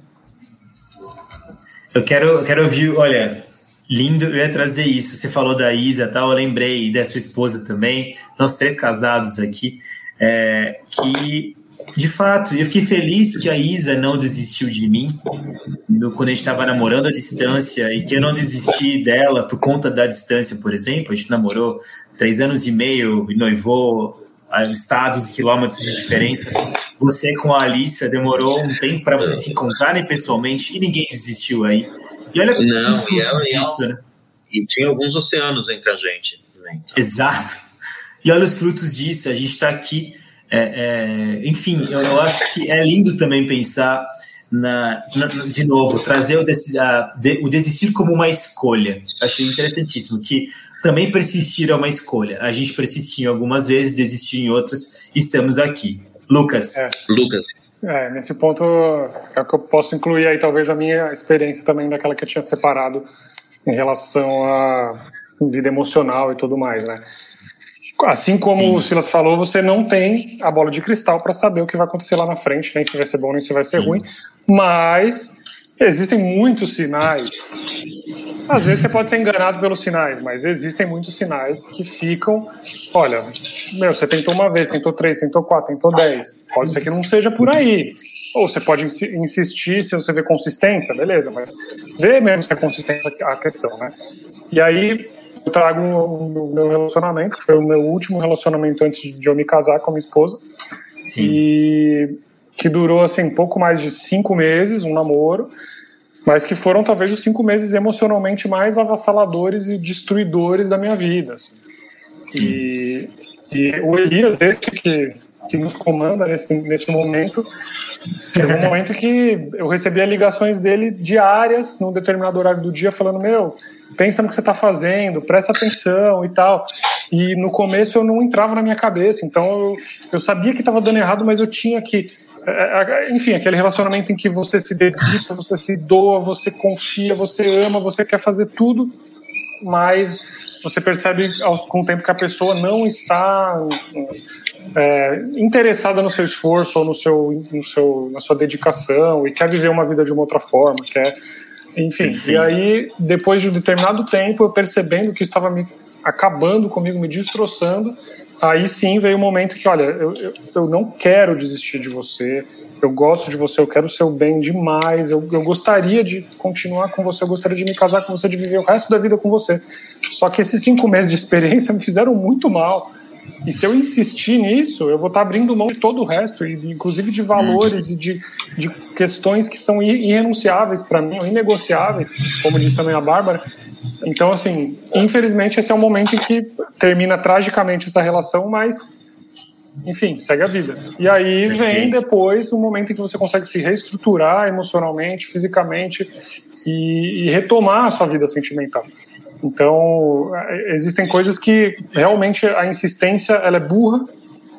Eu quero, eu quero ouvir, olha, lindo, eu ia trazer isso. Você falou da Isa e tal, eu lembrei da sua esposa também, nós três casados aqui, é, que... De fato, eu fiquei feliz que a Isa não desistiu de mim no, quando a gente estava namorando à distância, e que eu não desisti dela por conta da distância, por exemplo. A gente namorou três anos e meio e noivou a estados e quilômetros de diferença. Você com a Alissa demorou um tempo para vocês se encontrarem pessoalmente e ninguém desistiu aí. E olha não, os frutos e ela, disso, e ela, né? E tinha alguns oceanos entre a gente. Né? Exato. E olha os frutos disso, a gente está aqui... É, é, enfim, eu, eu acho que é lindo também pensar na, na, de novo, trazer o, des, a, de, o desistir como uma escolha. Achei interessantíssimo, que também persistir é uma escolha. A gente persistiu algumas vezes, desistiu em outras, estamos aqui. Lucas. É. Lucas. É, nesse ponto é que eu posso incluir aí talvez a minha experiência também daquela que eu tinha separado em relação à vida emocional e tudo mais, né? Assim como Sim. o Silas falou, você não tem a bola de cristal para saber o que vai acontecer lá na frente, nem se vai ser bom, nem se vai ser Sim. ruim, mas existem muitos sinais. Às vezes você pode ser enganado pelos sinais, mas existem muitos sinais que ficam, olha, meu, você tentou uma vez, tentou três, tentou quatro, tentou dez, pode ser que não seja por aí. Ou você pode insistir, se você vê consistência, beleza, mas vê mesmo se é consistência a questão, né? E aí eu trago o meu relacionamento, que foi o meu último relacionamento antes de eu me casar com a minha esposa. Sim. E que durou, assim, pouco mais de cinco meses, um namoro, mas que foram talvez os cinco meses emocionalmente mais avassaladores e destruidores da minha vida. Assim. E, e o Elias, desde que que nos comanda nesse, nesse momento, chegou um momento que eu recebia ligações dele diárias, num determinado horário do dia, falando, meu, pensa no que você está fazendo, presta atenção e tal. E no começo eu não entrava na minha cabeça, então eu, eu sabia que estava dando errado, mas eu tinha que... Enfim, aquele relacionamento em que você se dedica, você se doa, você confia, você ama, você quer fazer tudo, mas você percebe com o tempo que a pessoa não está... É, interessada no seu esforço ou no seu, no seu, na sua dedicação e quer viver uma vida de uma outra forma, quer, enfim. Perfeito. E aí, depois de um determinado tempo, eu percebendo que estava me acabando comigo, me destroçando, aí sim veio o momento que, olha, eu, eu, eu não quero desistir de você, eu gosto de você, eu quero o seu bem demais, eu, eu gostaria de continuar com você, eu gostaria de me casar com você, de viver o resto da vida com você. Só que esses cinco meses de experiência me fizeram muito mal. E se eu insistir nisso, eu vou estar abrindo mão de todo o resto, inclusive de valores e de, de questões que são irrenunciáveis para mim, ou inegociáveis, como disse também a Bárbara. Então, assim, infelizmente esse é o momento em que termina tragicamente essa relação, mas, enfim, segue a vida. E aí vem depois o momento em que você consegue se reestruturar emocionalmente, fisicamente e, e retomar a sua vida sentimental. Então, existem coisas que realmente a insistência ela é burra,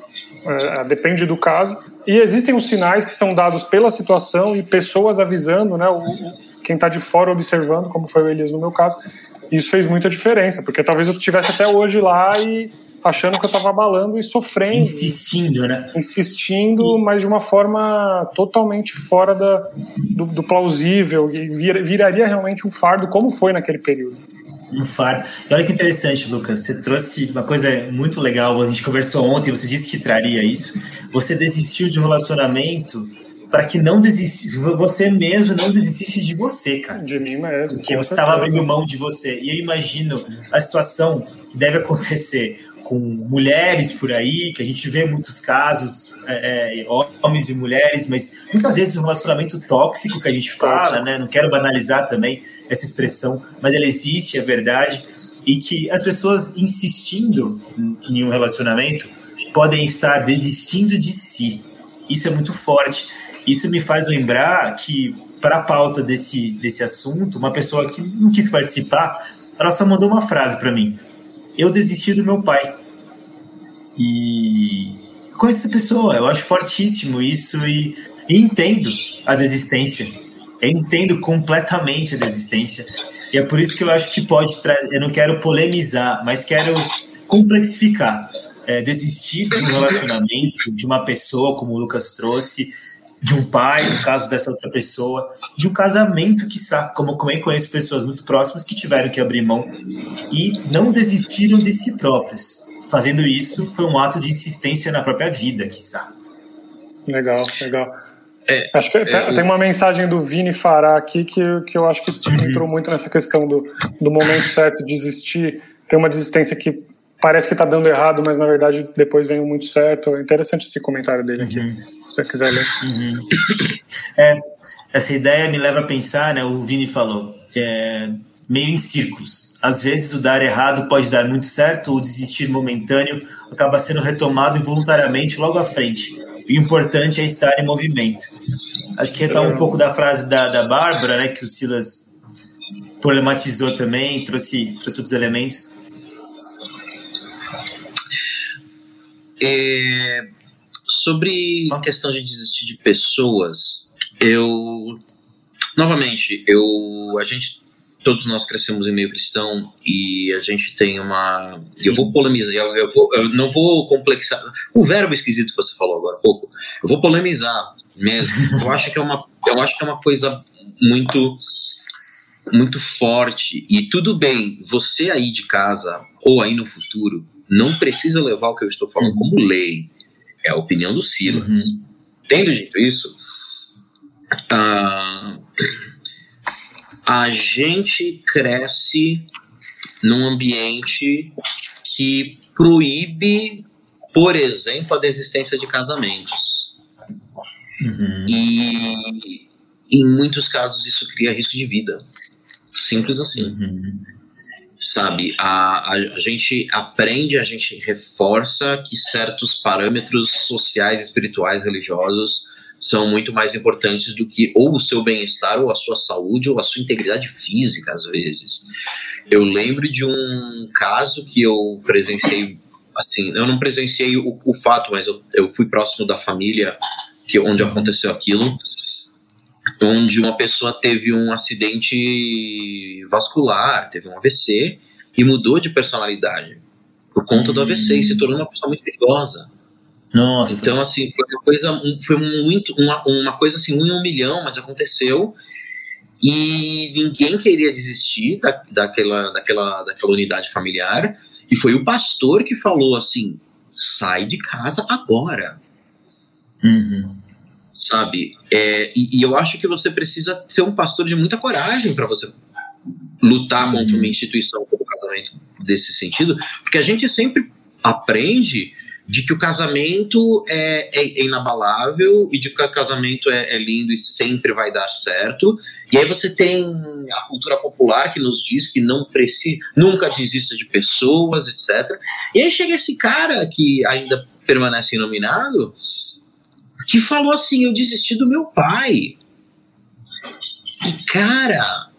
é, depende do caso, e existem os sinais que são dados pela situação e pessoas avisando, né, o, quem está de fora observando, como foi o Elias no meu caso. Isso fez muita diferença, porque talvez eu estivesse até hoje lá e achando que eu estava abalando e sofrendo. Insistindo, né? Insistindo, mas de uma forma totalmente fora da, do, do plausível, e vir, viraria realmente um fardo, como foi naquele período. Um fardo. E olha que interessante, Lucas, você trouxe uma coisa muito legal, a gente conversou ontem, você disse que traria isso, você desistiu de um relacionamento para que não desistisse, você mesmo não desistisse de você, cara. De mim mesmo. Porque você estava abrindo mão de você. E eu imagino a situação que deve acontecer com mulheres por aí, que a gente vê muitos casos, é, é, homens e mulheres, mas muitas vezes um relacionamento tóxico que a gente fala, né? Não quero banalizar também essa expressão, mas ela existe, é verdade, e que as pessoas insistindo em um relacionamento podem estar desistindo de si. Isso é muito forte. Isso me faz lembrar que, para a pauta desse, desse assunto, uma pessoa que não quis participar, ela só mandou uma frase para mim: eu desisti do meu pai. E eu conheço essa pessoa, eu acho fortíssimo isso e, e entendo a desistência. Eu entendo completamente a desistência. E é por isso que eu acho que pode trazer. Eu não quero polemizar, mas quero complexificar. É, desistir de um relacionamento, de uma pessoa, como o Lucas trouxe, de um pai, no caso dessa outra pessoa, de um casamento, quiçá, como eu também conheço pessoas muito próximas que tiveram que abrir mão e não desistiram de si próprios. Fazendo isso, foi um ato de insistência na própria vida, quiçá. Legal, legal. É, acho que é, tem uma mensagem do Vini Fará aqui que, que eu acho que entrou muito nessa questão do, do momento certo de desistir. Tem uma desistência que parece que está dando errado, mas na verdade depois vem o muito certo. É interessante esse comentário dele aqui, uhum. se você quiser ler. Uhum. É, essa ideia me leva a pensar, né, o Vini falou, é, meio em círculos. Às vezes o dar errado pode dar muito certo, o desistir momentâneo acaba sendo retomado involuntariamente logo à frente. O importante é estar em movimento. Acho que retoma um pouco da frase da, da Bárbara, né, que o Silas problematizou também, trouxe, trouxe outros elementos. É, sobre a questão de desistir de pessoas, eu novamente, eu a gente todos nós crescemos em meio cristão e a gente tem uma... Sim. Eu vou polemizar, eu, eu, vou, eu não vou complexar... O verbo esquisito que você falou agora há pouco, eu vou polemizar mesmo. Eu acho que é uma, eu acho que é uma coisa muito, muito forte. E tudo bem, você aí de casa ou aí no futuro, não precisa levar o que eu estou falando uhum. como lei. É a opinião do Silas. Uhum. Tendo dito isso... Ah, a gente cresce num ambiente que proíbe, por exemplo, a desistência de casamentos. Uhum. E em muitos casos isso cria risco de vida. Simples assim. Uhum. sabe? A, a, a gente aprende, a gente reforça que certos parâmetros sociais, espirituais, religiosos são muito mais importantes do que ou o seu bem-estar, ou a sua saúde, ou a sua integridade física, às vezes. Eu lembro de um caso que eu presenciei, assim, eu não presenciei o, o fato, mas eu, eu fui próximo da família que, onde aconteceu aquilo, onde uma pessoa teve um acidente vascular, teve um A V C, e mudou de personalidade por conta do A V C, e se tornou uma pessoa muito perigosa. Nossa. Então, assim, foi uma coisa, foi muito, uma, uma coisa assim, um em um milhão, mas aconteceu, e ninguém queria desistir da, daquela, daquela, daquela unidade familiar, e foi o pastor que falou assim, sai de casa agora. Uhum. Sabe? É, e, e eu acho que você precisa ser um pastor de muita coragem para você lutar uhum. contra uma instituição como o casamento desse sentido, porque a gente sempre aprende de que o casamento é, é inabalável e de que o casamento é, é lindo e sempre vai dar certo. E aí você tem a cultura popular que nos diz que não precisa, nunca desista de pessoas, etcétera. E aí chega esse cara que ainda permanece inominado, que falou assim, eu desisti do meu pai. E cara,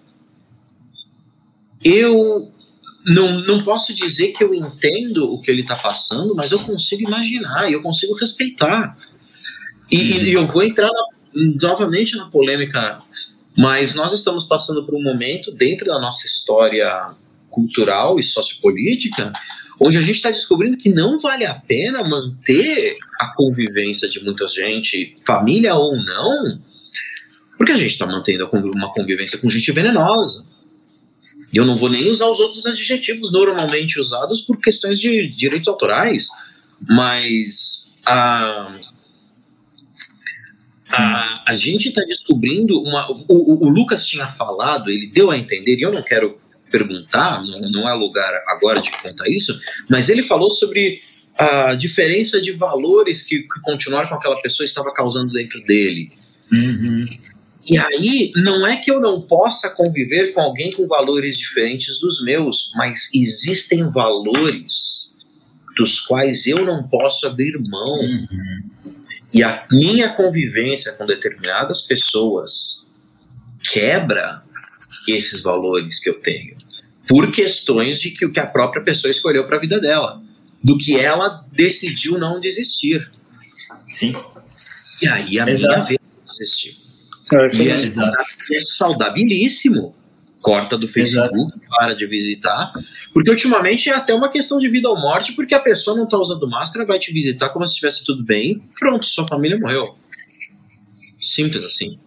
eu não, não posso dizer que eu entendo o que ele está passando, mas eu consigo imaginar, eu consigo respeitar. E, uhum. e eu vou entrar na, novamente na polêmica, mas nós estamos passando por um momento dentro da nossa história cultural e sociopolítica onde a gente está descobrindo que não vale a pena manter a convivência de muita gente, família ou não, porque a gente está mantendo uma convivência com gente venenosa. E eu não vou nem usar os outros adjetivos normalmente usados por questões de direitos autorais, mas a, a, a gente está descobrindo uma... O, o, o Lucas tinha falado, ele deu a entender, e eu não quero perguntar, não, não é lugar agora de contar isso, mas ele falou sobre a diferença de valores que, que continuar com aquela pessoa estava causando dentro dele. Uhum. E aí, não é que eu não possa conviver com alguém com valores diferentes dos meus, mas existem valores dos quais eu não posso abrir mão. Uhum. E a minha convivência com determinadas pessoas quebra esses valores que eu tenho, por questões de que o que a própria pessoa escolheu para a vida dela, do que ela decidiu não desistir. Sim. E aí a Exato. minha vez não desistir. É, e é, exato. é saudabilíssimo. Corta do Facebook, exato. Para de visitar, porque ultimamente é até uma questão de vida ou morte, porque a pessoa não está usando máscara, vai te visitar como se estivesse tudo bem, pronto, sua família morreu. Simples assim.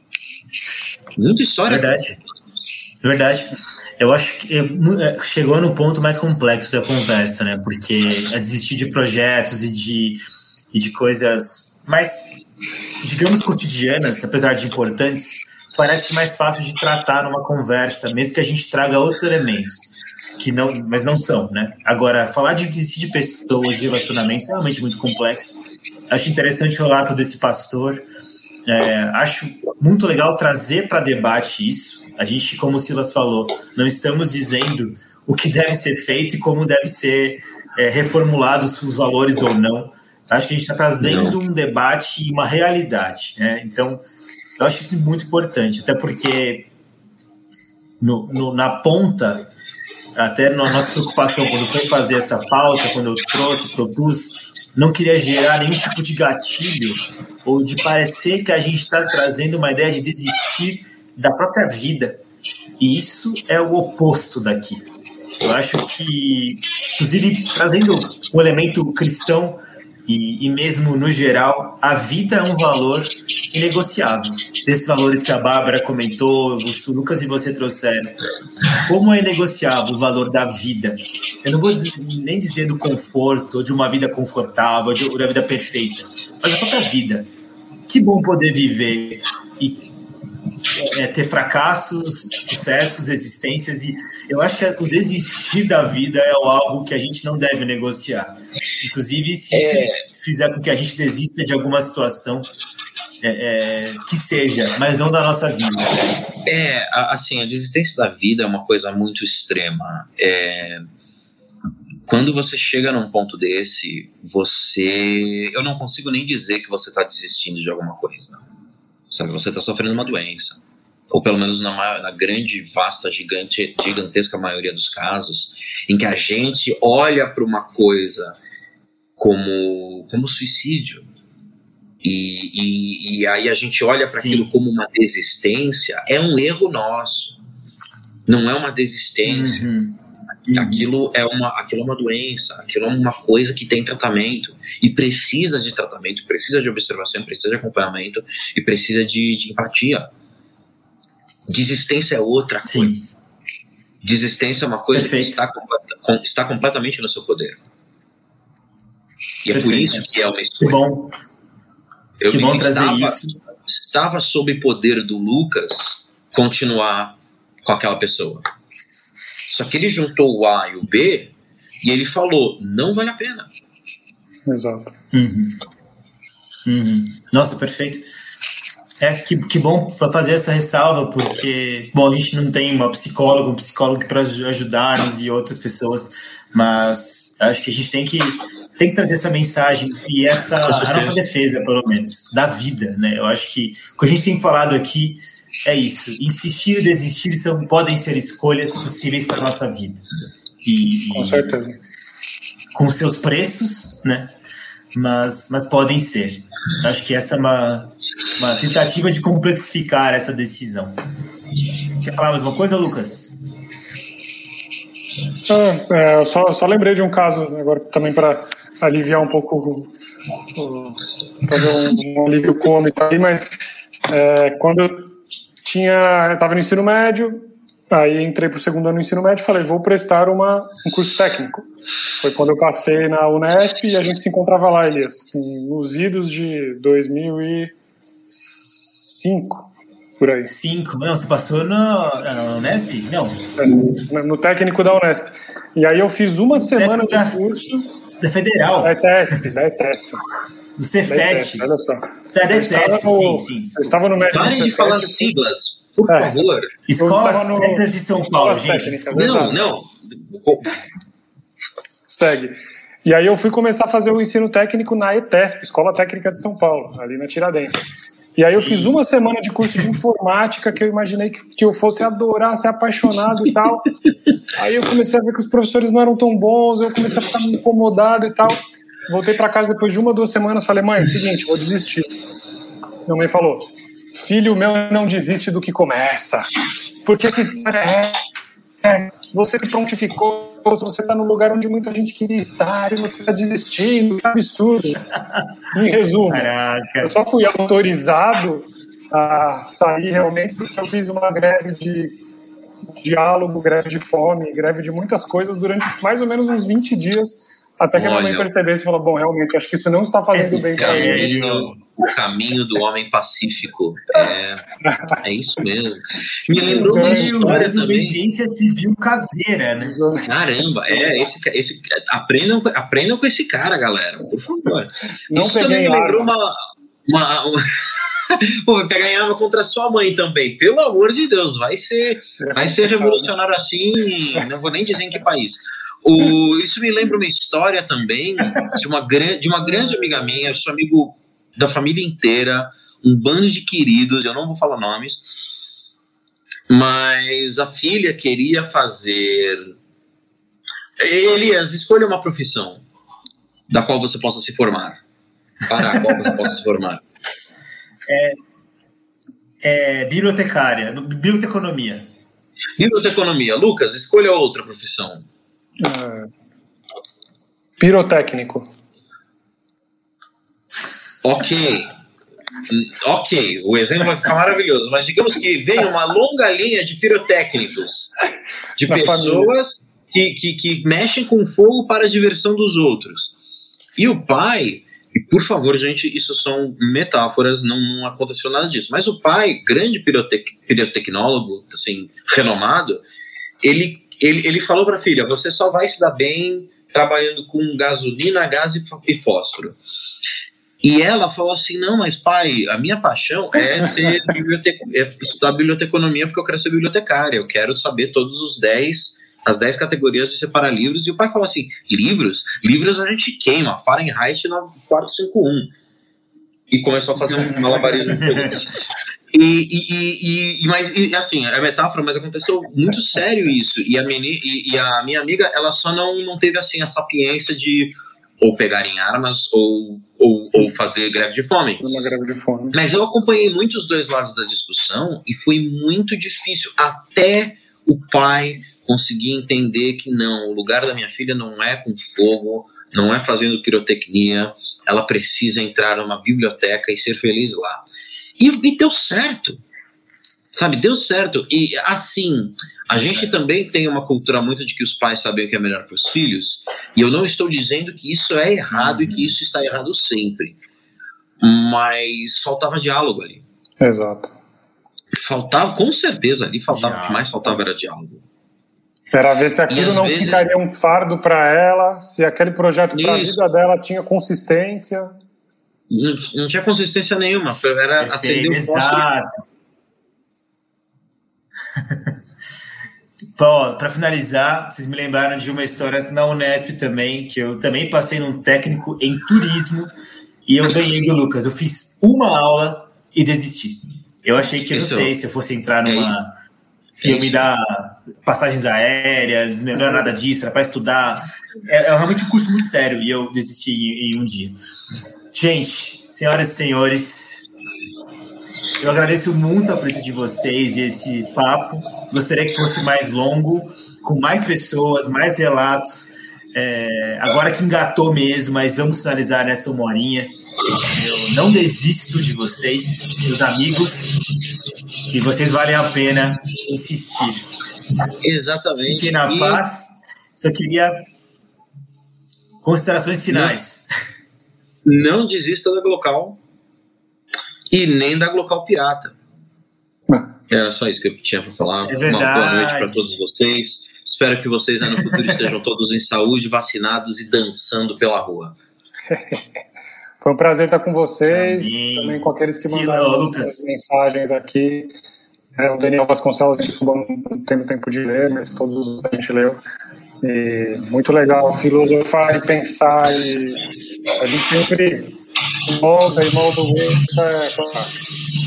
Muita história. Verdade. Verdade. Eu acho que chegou no ponto mais complexo da conversa, né? Porque é desistir de projetos e de, e de coisas mais, digamos, cotidianas, apesar de importantes, parece mais fácil de tratar numa conversa, mesmo que a gente traga outros elementos, que não, mas não são, né? Agora, falar de desistir de pessoas, de relacionamentos, é realmente muito complexo. Acho interessante o relato desse pastor. É, acho muito legal trazer para debate isso. A gente, como o Silas falou, não estamos dizendo o que deve ser feito e como deve ser é, reformulados os valores ou não. Acho que a gente está trazendo um debate e uma realidade, né? Então, eu acho isso muito importante, até porque no, no, na ponta, até na nossa preocupação, quando foi fazer essa pauta, quando eu trouxe, propus, não queria gerar nenhum tipo de gatilho ou de parecer que a gente está trazendo uma ideia de desistir da própria vida. E isso é o oposto daqui. Eu acho que, inclusive, trazendo um elemento cristão e, e mesmo no geral, a vida é um valor inegociável. Desses valores que a Bárbara comentou, o Lucas e você trouxeram. Como é inegociável o valor da vida? Eu não vou dizer, nem dizer do conforto, ou de uma vida confortável, ou da vida perfeita, mas a própria vida. Que bom poder viver e é, ter fracassos, sucessos, existências, e eu acho que o desistir da vida é algo que a gente não deve negociar. Inclusive, se é... isso fizer com que a gente desista de alguma situação, é, é, que seja, mas não da nossa vida. É, assim, a desistência da vida é uma coisa muito extrema. É, quando você chega num ponto desse, você... Eu não consigo nem dizer que você está desistindo de alguma coisa. Sabe, você está sofrendo uma doença. Ou pelo menos na, maior, na grande, vasta, gigante, gigantesca maioria dos casos, em que a gente olha para uma coisa como, como suicídio. E, e, e aí a gente olha para aquilo como uma desistência, é um erro nosso. Não é uma desistência. Uhum. Aquilo é uma, aquilo é uma doença, aquilo é uma coisa que tem tratamento e precisa de tratamento, precisa de observação, precisa de acompanhamento e precisa de, de empatia. Desistência é outra Sim. coisa. Desistência é uma coisa Perfeito. que está, está completamente no seu poder. E é Perfeito. por isso que é uma Que escolha. bom, Eu que bom trazer estava, isso. Estava sob poder do Lucas continuar com aquela pessoa. Só que ele juntou o A e o B e ele falou, não vale a pena. Exato. Uhum. Uhum. Nossa, perfeito. É, que, que bom fazer essa ressalva, porque, bom, a gente não tem uma psicóloga, um psicólogo para ajudar-nos e outras pessoas, mas acho que a gente tem que, tem que trazer essa mensagem e essa, a nossa defesa, pelo menos, da vida, né? Eu acho que o que a gente tem falado aqui é isso. Insistir e desistir são, podem ser escolhas possíveis para a nossa vida. E, Com certeza. Com seus preços, né? Mas, mas podem ser. Acho que essa é uma, uma tentativa de complexificar essa decisão. Quer falar mais uma coisa, Lucas? Ah, é, eu só, só lembrei de um caso agora também para aliviar um pouco, o, o, fazer um, um alívio cômico aí, mas é, quando eu tinha, eu estava no ensino médio, aí entrei para o segundo ano do ensino médio e falei, vou prestar uma, um curso técnico. Foi quando eu passei na Unesp e a gente se encontrava lá, Elias, nos idos de dois mil e cinco, por aí. Cinco? Não, você passou no, na Unesp? Não. É, no técnico da Unesp. E aí eu fiz uma semana de da, curso... Da Federal? Da E T F, da E T F. Do Cefet. Olha só. Da E T F, sim, sim. Eu estava no médico. Parem de falar siglas, por é. favor. Escolas no... Técnicas de São Paulo, gente. Técnicas, não, não. Segue. E aí eu fui começar a fazer o ensino técnico na E T E S P, Escola Técnica de São Paulo, ali na Tiradentes. E aí eu Sim. fiz uma semana de curso de informática que eu imaginei que, que eu fosse adorar, ser apaixonado e tal. Aí eu comecei a ver que os professores não eram tão bons, eu comecei a ficar incomodado e tal. Voltei para casa depois de uma, duas semanas, falei, mãe, seguinte, vou desistir. Minha mãe falou, filho meu não desiste do que começa. Por que que história é? é? Você se prontificou, você está no lugar onde muita gente queria estar e você está desistindo, que absurdo. Em resumo, Caraca. eu só fui autorizado a sair realmente porque eu fiz uma greve de diálogo, greve de fome, greve de muitas coisas durante mais ou menos uns vinte dias, até que a minha mãe percebesse e falou, bom, realmente, acho que isso não está fazendo bem para ele. O caminho do homem pacífico. É, é isso mesmo. Me lembrou uma história desobediência também. Civil caseira, né? Caramba, é, esse, esse, aprendam, aprendam com esse cara, galera, por favor. Não isso também me lembrou uma... uma, uma... Pô, vai pegar em arma contra sua mãe também. Pelo amor de Deus, vai ser, vai ser revolucionário assim, não vou nem dizer em que país. O, isso me lembra uma história também de uma, de uma grande amiga minha, eu sou amigo da família inteira, um bando de queridos, eu não vou falar nomes, mas a filha queria fazer... Elias, escolha uma profissão da qual você possa se formar, para a qual você possa se formar. É, é bibliotecária, biblioteconomia. Biblioteconomia. Lucas, escolha outra profissão. Uh, pirotécnico. Ok. Ok, o exemplo vai ficar maravilhoso, mas digamos que vem uma longa linha de pirotécnicos, de Na pessoas que, que, que mexem com fogo para a diversão dos outros. E o pai, e por favor, gente, isso são metáforas, não, não aconteceu nada disso, mas o pai, grande pirotec, pirotecnólogo, assim, renomado, ele, ele, ele falou para a filha, você só vai se dar bem trabalhando com gasolina, gás e fósforo. E ela falou assim, não, mas pai, a minha paixão é ser biblioteca, é estudar biblioteconomia porque eu quero ser bibliotecária, eu quero saber todos os dez, as dez categorias de separar livros. E o pai falou assim, livros? Livros a gente queima, Fahrenheit quatrocentos e cinquenta e um. E começou a fazer um malabarismo. E, e, e, e, mas, e, assim, é metáfora, mas aconteceu muito sério isso. E a, meni, e, e a minha amiga, ela só não, não teve, assim, a sapiência de ou pegar em armas ou, ou, ou fazer greve de fome. Uma greve de fome. Mas eu acompanhei muito os dois lados da discussão e foi muito difícil. Até o pai conseguir entender que não, o lugar da minha filha não é com fogo, não é fazendo pirotecnia, ela precisa entrar numa biblioteca e ser feliz lá. E, e deu certo, sabe, deu certo. E assim, a gente também tem uma cultura muito de que os pais sabem o que é melhor para os filhos, e eu não estou dizendo que isso é errado, uhum, e que isso está errado sempre, mas faltava diálogo ali. Exato. Faltava, com certeza ali faltava, o que mais faltava era diálogo. Era ver se aquilo não vezes... ficaria um fardo para ela, se aquele projeto para a vida dela tinha consistência. Não, não tinha consistência nenhuma, era acender um exato. Bom, para finalizar, vocês me lembraram de uma história na Unesp também, que eu também passei num técnico em turismo e eu ganhei do Lucas. Eu fiz uma aula e desisti. Eu achei que, eu não sei, se eu fosse entrar numa... Se eu me dar passagens aéreas, não era nada disso, era para estudar. É, é realmente um curso muito sério e eu desisti em, em um dia. Gente, senhoras e senhores, eu agradeço muito a presença de vocês e esse papo. Gostaria que fosse mais longo, com mais pessoas, mais relatos. É, agora que engatou mesmo, mas vamos finalizar nessa uma horinha. Eu não desisto de vocês, meus amigos, que vocês valem a pena insistir. Exatamente. Fiquem na e... paz. Só queria considerações finais. Não, não desista da Glocal e nem da Glocal Pirata. Era só isso que eu tinha para falar. É verdade. Uma boa noite para todos vocês. Espero que vocês aí no futuro estejam todos em saúde, vacinados e dançando pela rua. Foi um prazer estar com vocês. Amém. Também com aqueles que mandaram as mensagens aqui. É, o Daniel Vasconcelos, a gente não teve tempo de ler, mas todos a gente leu. E muito legal filosofar e pensar. E a gente sempre molda e molda o outro. Isso é fantástico.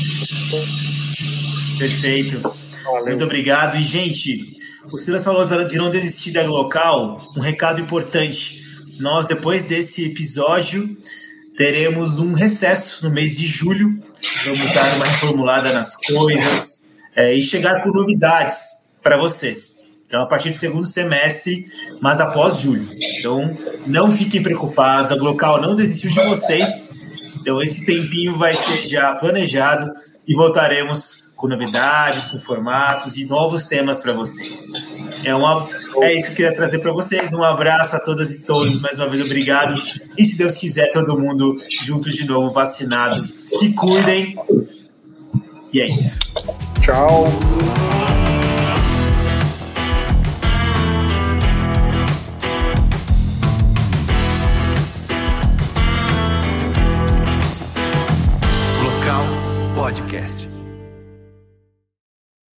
Perfeito. Valeu. Muito obrigado. E, gente, o Silas falou de não desistir da Glocal. Um recado importante. Nós, depois desse episódio, teremos um recesso no mês de julho. Vamos dar uma reformulada nas coisas é, e chegar com novidades para vocês. Então, a partir do segundo semestre, mas após julho. Então, não fiquem preocupados. A Glocal não desistiu de vocês. Então, esse tempinho vai ser já planejado e voltaremos com novidades, com formatos e novos temas para vocês. É, uma, é isso que eu queria trazer para vocês. Um abraço a todas e todos. Mais uma vez, obrigado. E se Deus quiser, todo mundo juntos de novo, vacinado. Se cuidem. E é isso. Tchau.